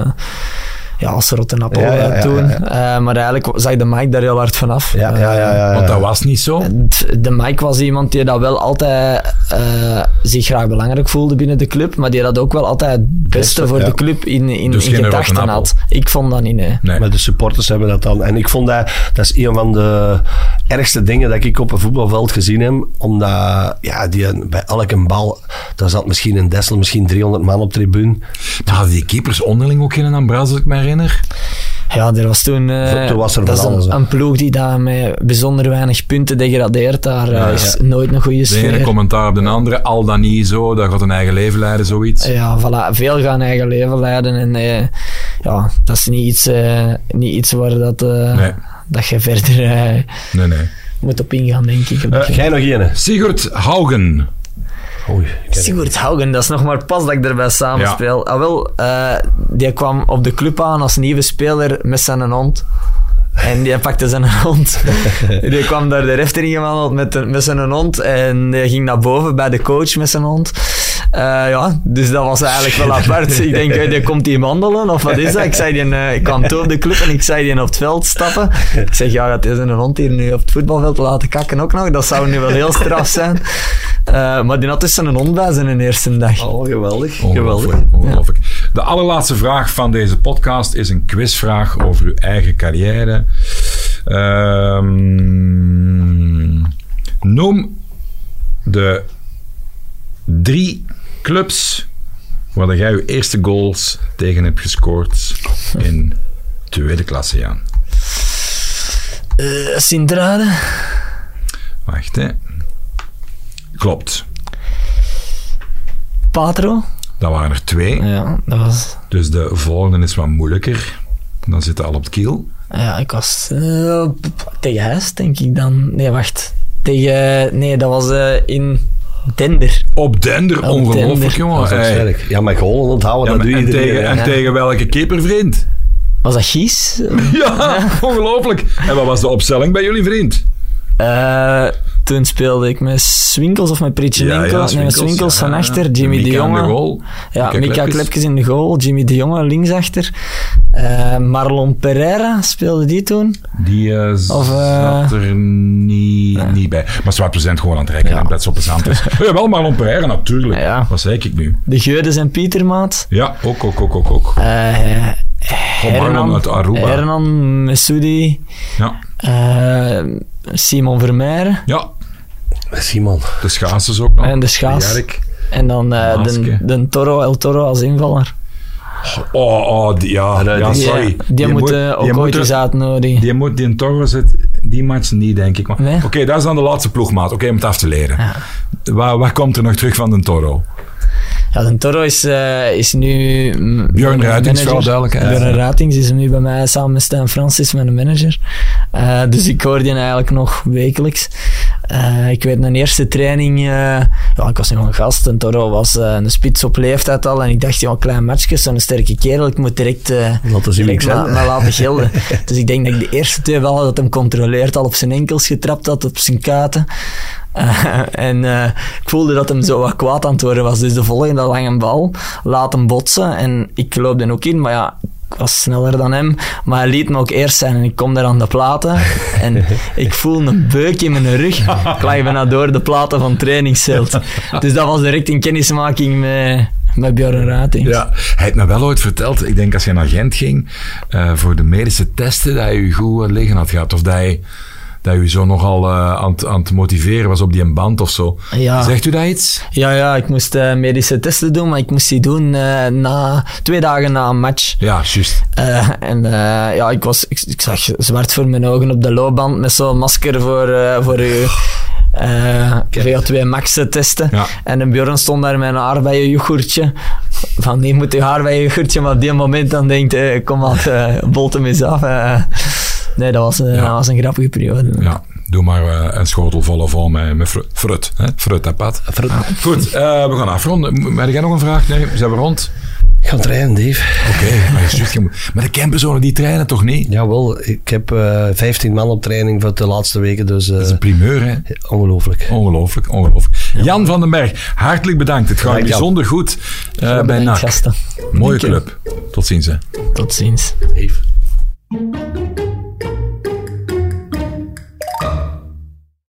als rotte appel toen. Maar eigenlijk zag de Mike daar heel hard vanaf. Want dat was niet zo. De Mike was iemand die dat wel altijd zich graag belangrijk voelde binnen de club, maar die dat ook wel altijd het beste voor de club in dus gedachten had. Ik vond dat niet, nee. Maar de supporters hebben dat dan. En ik vond dat is een van de ergste dingen dat ik op een voetbalveld gezien heb, omdat bij elke bal, daar zat misschien een Dessel, misschien 300 man op tribune. Maar hadden die keepers onderling ook geen ambras, als ik me herinner? Ja, er was toen een ploeg die daar met bijzonder weinig punten degradeert. Daar is nooit een goede sfeer. De ene commentaar op de andere, al dan niet zo, dat gaat een eigen leven leiden, zoiets. Ja, voilà, veel gaan eigen leven leiden. En dat is niet iets waar dat je verder moet op ingaan, denk ik. Jij nog één? Sigurd Haugen. Sigurd Haugen, dat is nog maar pas dat ik erbij samenspeel. Die kwam op de club aan als nieuwe speler met zijn hond. En die pakte zijn hond. Die kwam daar de ref in gewandeld met zijn hond. En die ging naar boven bij de coach met zijn hond. Dus dat was eigenlijk wel apart. Ik denk, die komt hier wandelen, of wat is dat? Ik kwam toe op de club en ik zei die op het veld stappen. Ik zeg, dat is een hond hier nu op het voetbalveld laten kakken ook nog. Dat zou nu wel heel straf zijn. Maar die had dus een hond bij zijn eerste dag. Oh, geweldig. Ongelooflijk. De allerlaatste vraag van deze podcast is een quizvraag over uw eigen carrière. Noem de 3 clubs waar jij je eerste goals tegen hebt gescoord in tweede klasse, Jan. Sint-Truiden. Wacht, hè. Klopt. Patro. Dat waren er 2. Ja, dat was... Dus de volgende is wat moeilijker. Dan zit het al op het kiel. Ja, ik was tegen Huis, denk ik dan. Nee, wacht. Dat was in Dender. Op Dender, ongelooflijk, jongen. Ja, maar goalen onthouden, dat doe je iedereen. En tegen welke keepervriend? Was dat Gies? Ja, ongelooflijk. En wat was de opstelling bij jullie vriend? Toen speelde ik met Swinkels of met Pritchenenko. Met Swinkels van achter, Jimmy de Jonge. Mika Klepkes in de goal, Jimmy de Jonge linksachter. Marlon Pereira speelde die toen. Die zat er niet bij. Maar zwart, we zijn het gewoon aan het rekenen, dat zo plezant is. Jawel, Marlon Pereira natuurlijk. Ja. Wat zei ik nu? De Geudes en Pietermaat. Ja, ook. Hernan uit Aruba. Hernan Messoudi. Ja. Simon Vermeijren. Ja. Simon. De Schaases ook nog. En de Schaas. En dan de Toro, El Toro als invaller. Sorry. Die moeten ook ooit eens uitnodigen. Die Toro zit die match niet, denk ik. Nee? Oké, dat is dan de laatste ploegmaat. Om het af te leren. Ja. Wat komt er nog terug van de Toro? Ja, de Toro is nu... Björn Ruitings, voor duidelijkheid. Björn Ruitings is nu bij mij samen met Stijn Francis, mijn manager. Dus ik hoor die eigenlijk nog wekelijks. Ik weet, een eerste training... ik was nog een gast. En Toro was een spits op leeftijd al. En ik dacht, een klein matchje, zo'n sterke kerel. Ik moet direct laten gelden. Dus ik denk dat ik de eerste 2 wel dat hem controleert, al op zijn enkels getrapt had, op zijn katen. Ik voelde dat hem zo wat kwaad aan het worden was. Dus de volgende lange bal laat hem botsen. En ik loop er ook in, maar ja, ik was sneller dan hem. Maar hij liet me ook eerst zijn. En ik kom daar aan de platen. En ik voel een beuk in mijn rug. Ik lag bijna door de platen van het trainingsveld. Dus dat was direct een kennismaking met Björn Ratings. Ja, hij heeft me wel ooit verteld, ik denk als je naar Gent ging, voor de medische testen, dat je goed liggen had gehad. Of dat je zo nogal aan het motiveren was op die band of zo. Ja. Zegt u dat iets? Ja, ik moest medische testen doen, maar ik moest die doen 2 dagen na een match. Ja, juist. Ik zag zwart voor mijn ogen op de loopband met zo'n masker voor uw VO2 max te testen. Ja. En een Björn stond daar met een aardbeienjoghurtje. Van, die moet je aardbeienjoghurtje, maar op die moment dan denkt kom maar, bolt hem eens af. Nee, dat was een grappige periode. Ja, doe maar een schotel vol met fruit. Hè? Fruit en pad. Goed, we gaan afronden. Heb jij nog een vraag? Nee, zijn we rond? Ik ga trainen, Dave. Oké, maar de camperzonen die trainen toch niet? Jawel, ik heb 15 man op training voor de laatste weken. Dus, dat is een primeur, hè? Ongelooflijk. Ja. Jan van den Berg, hartelijk bedankt. Het gaat bijzonder goed bij NAC. Gasten. Mooie club. Tot ziens. Hè. Tot ziens. Dave.